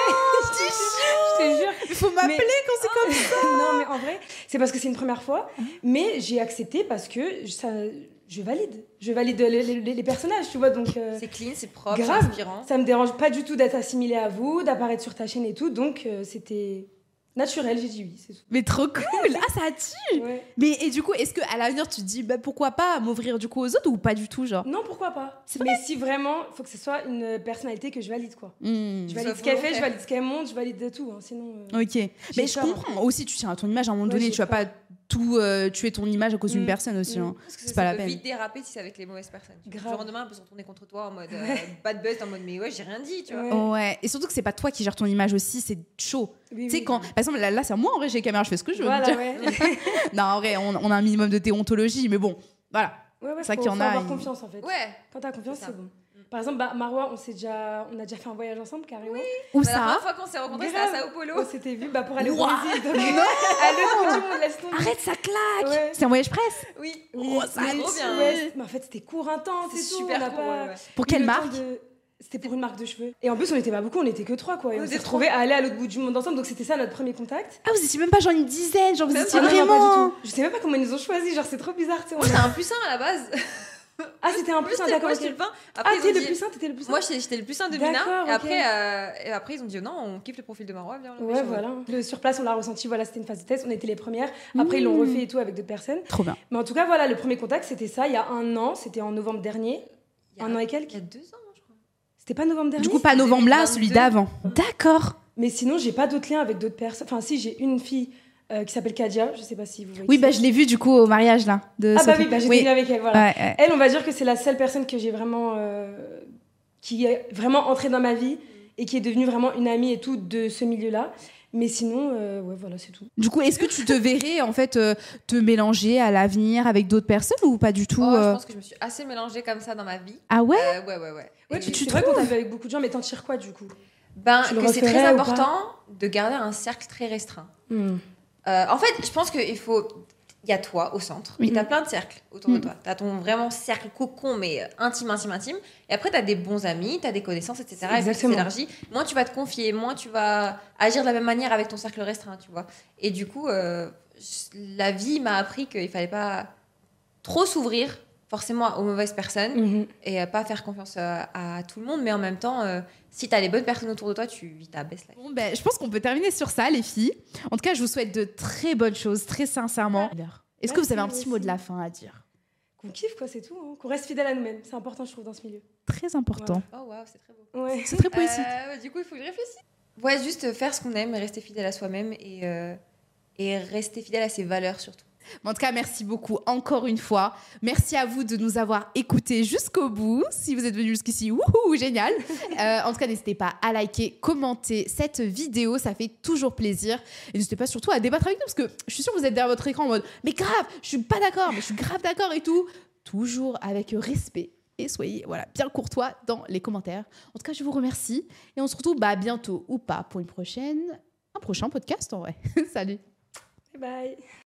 je te jure. Il faut m'appeler quand c'est comme ça. Non, mais en vrai, c'est parce que c'est une première fois. Mais j'ai accepté parce que je valide. Je valide les personnages, tu vois. Donc, c'est clean, c'est propre, grave, c'est inspirant. Ça me dérange pas du tout d'être assimilée à vous, d'apparaître sur ta chaîne et tout. Donc, c'était... naturel, j'ai dit oui, c'est tout. Mais trop cool. Ça tue. Mais et du coup, est-ce qu'à l'avenir tu te dis pourquoi pas m'ouvrir du coup aux autres ou pas du tout, genre? Non, pourquoi pas. Mais si vraiment, faut que ce soit une personnalité que je valide, quoi. Je valide ce qu'elle fait, je valide ce qu'elle montre, je valide de tout, hein, sinon. Ok. Mais je comprends aussi, tu tiens à ton image à un moment donné, tu vas pas tout tuer ton image à cause d'une personne aussi. Parce que c'est pas la peine. Ça peut vite déraper si c'est avec les mauvaises personnes. Grave. Genre demain, on peut se retourner contre toi en mode bad buzz, en mode mais j'ai rien dit, tu vois. Ouais. Et surtout que c'est pas toi qui gères ton image aussi, c'est chaud. Tu sais, quand, par exemple, là c'est moi en vrai, j'ai les caméras, je fais ce que je veux. Voilà, non, en vrai, on a un minimum de déontologie, mais bon, voilà. C'est ça qu'il y en a. Faut avoir confiance en fait. Ouais. Quand t'as confiance, c'est bon. Par exemple, Marois, on a déjà fait un voyage ensemble carrément. Où ça? La première fois qu'on s'est rencontrés, c'était à Sao Paulo. On s'était vus pour aller au Brésil. Donc... à l'autre bout du monde, laisse tomber. Arrête, ça claque. C'est un voyage presse? Oui. Ça a trop bien. Mais en fait, c'était court, intense et tout. Super court. Pour quelle marque? C'était pour une marque de cheveux. Et en plus, on n'était pas beaucoup, on était que 3, quoi. Et on s'est retrouvés à aller à l'autre bout du monde ensemble. Donc c'était ça notre premier contact. Ah, vous étiez même pas genre une dizaine, genre vous étiez vraiment. Pas du tout. Je sais même pas comment ils nous ont choisis, genre c'est trop bizarre, tu sais. On a un +1 à la base. Ah, c'était un plus un, d'accord. Moi, j'étais le ok. pain. Ah, Après, ils t'es ont le dit- plus un, t'étais le plus un. Moi, j'étais le plus un de Mina. D'accord, Et ok. après, ils ont dit non, on kiffe le profil de Marois, viens. on le met Ouais, sur- voilà. Sur place, on l'a ressenti. Voilà, c'était une phase de test. On était les premières. Après, ils l'ont refait et tout avec d'autres personnes. Trop bien. Mais en tout cas, voilà, le premier contact, c'était ça, il y a 1 an. C'était en novembre dernier. Il y a- 1 an et Il y quelques. a 2 ans, je crois. C'était pas novembre dernier. Du coup, pas novembre là, 2022. celui d'avant. D'accord. Mais sinon, j'ai pas d'autres liens avec d'autres personnes. Enfin, si, j'ai une fille qui s'appelle Kadia. Je sais pas si vous voyez. Oui, qui bah c'est. je l'ai vu du coup au mariage là. De Ah, bah Sophie. oui, bah, j'étais venue avec elle, voilà. Ouais, ouais. Elle, on va dire que c'est la seule personne que j'ai vraiment. Qui est vraiment entrée dans ma vie et qui est devenue vraiment une amie et tout de ce milieu-là. Mais sinon, ouais, voilà, c'est tout. Du coup, est-ce que tu te verrais en fait te mélanger à l'avenir avec d'autres personnes ou pas du tout Oh, je pense que je me suis assez mélangée comme ça dans ma vie. Ah ouais. Ouais. Ouais, Et tu tu c'est vrai qu'on trouves t'a vu avec beaucoup de gens, mais t'en tires quoi du coup? Ben, Tu le que c'est très referais ou pas important de garder un cercle très restreint. Hmm. En fait, je pense qu'il faut. Il y a toi au centre, Oui. et tu as plein de cercles autour de Mm. toi. Tu as ton vraiment cercle cocon, mais intime. Et après, tu as des bons amis, tu as des connaissances, etc. Et plus Exactement. s'élargit, moins tu vas te confier, moins tu vas agir de la même manière avec ton cercle restreint, tu vois. Et du coup, la vie m'a appris qu'il fallait pas trop s'ouvrir forcément aux mauvaises personnes Mhm. et pas faire confiance à tout le monde. Mais en même temps, si tu as les bonnes personnes autour de toi, tu vis ta best life. Bon, ben, je pense qu'on peut terminer sur ça, les filles. En tout cas, je vous souhaite de très bonnes choses, très sincèrement. Est-ce que vous avez un petit mot de la fin à dire? Qu'on kiffe, quoi, c'est tout. Hein. Qu'on reste fidèle à nous-mêmes. C'est important, je trouve, dans ce milieu. Très important. Oh waouh, c'est très beau. Ouais. C'est très poétique. Du coup, il faut que je réfléchisse. Ouais, juste faire ce qu'on aime et rester fidèle à soi-même et rester fidèle à ses valeurs surtout. Mais en tout cas, merci beaucoup encore une fois. Merci à vous de nous avoir écoutés jusqu'au bout. Si vous êtes venus jusqu'ici, wouhou, génial. En tout cas, n'hésitez pas à liker, commenter cette vidéo. Ça fait toujours plaisir. Et n'hésitez pas surtout à débattre avec nous parce que je suis sûre que vous êtes derrière votre écran en mode « Mais grave, je suis pas d'accord, mais je suis grave d'accord et tout. » Toujours avec respect. Et soyez voilà, bien courtois dans les commentaires. En tout cas, je vous remercie. Et on se retrouve bientôt ou pas pour un prochain podcast en vrai. Salut. Bye bye.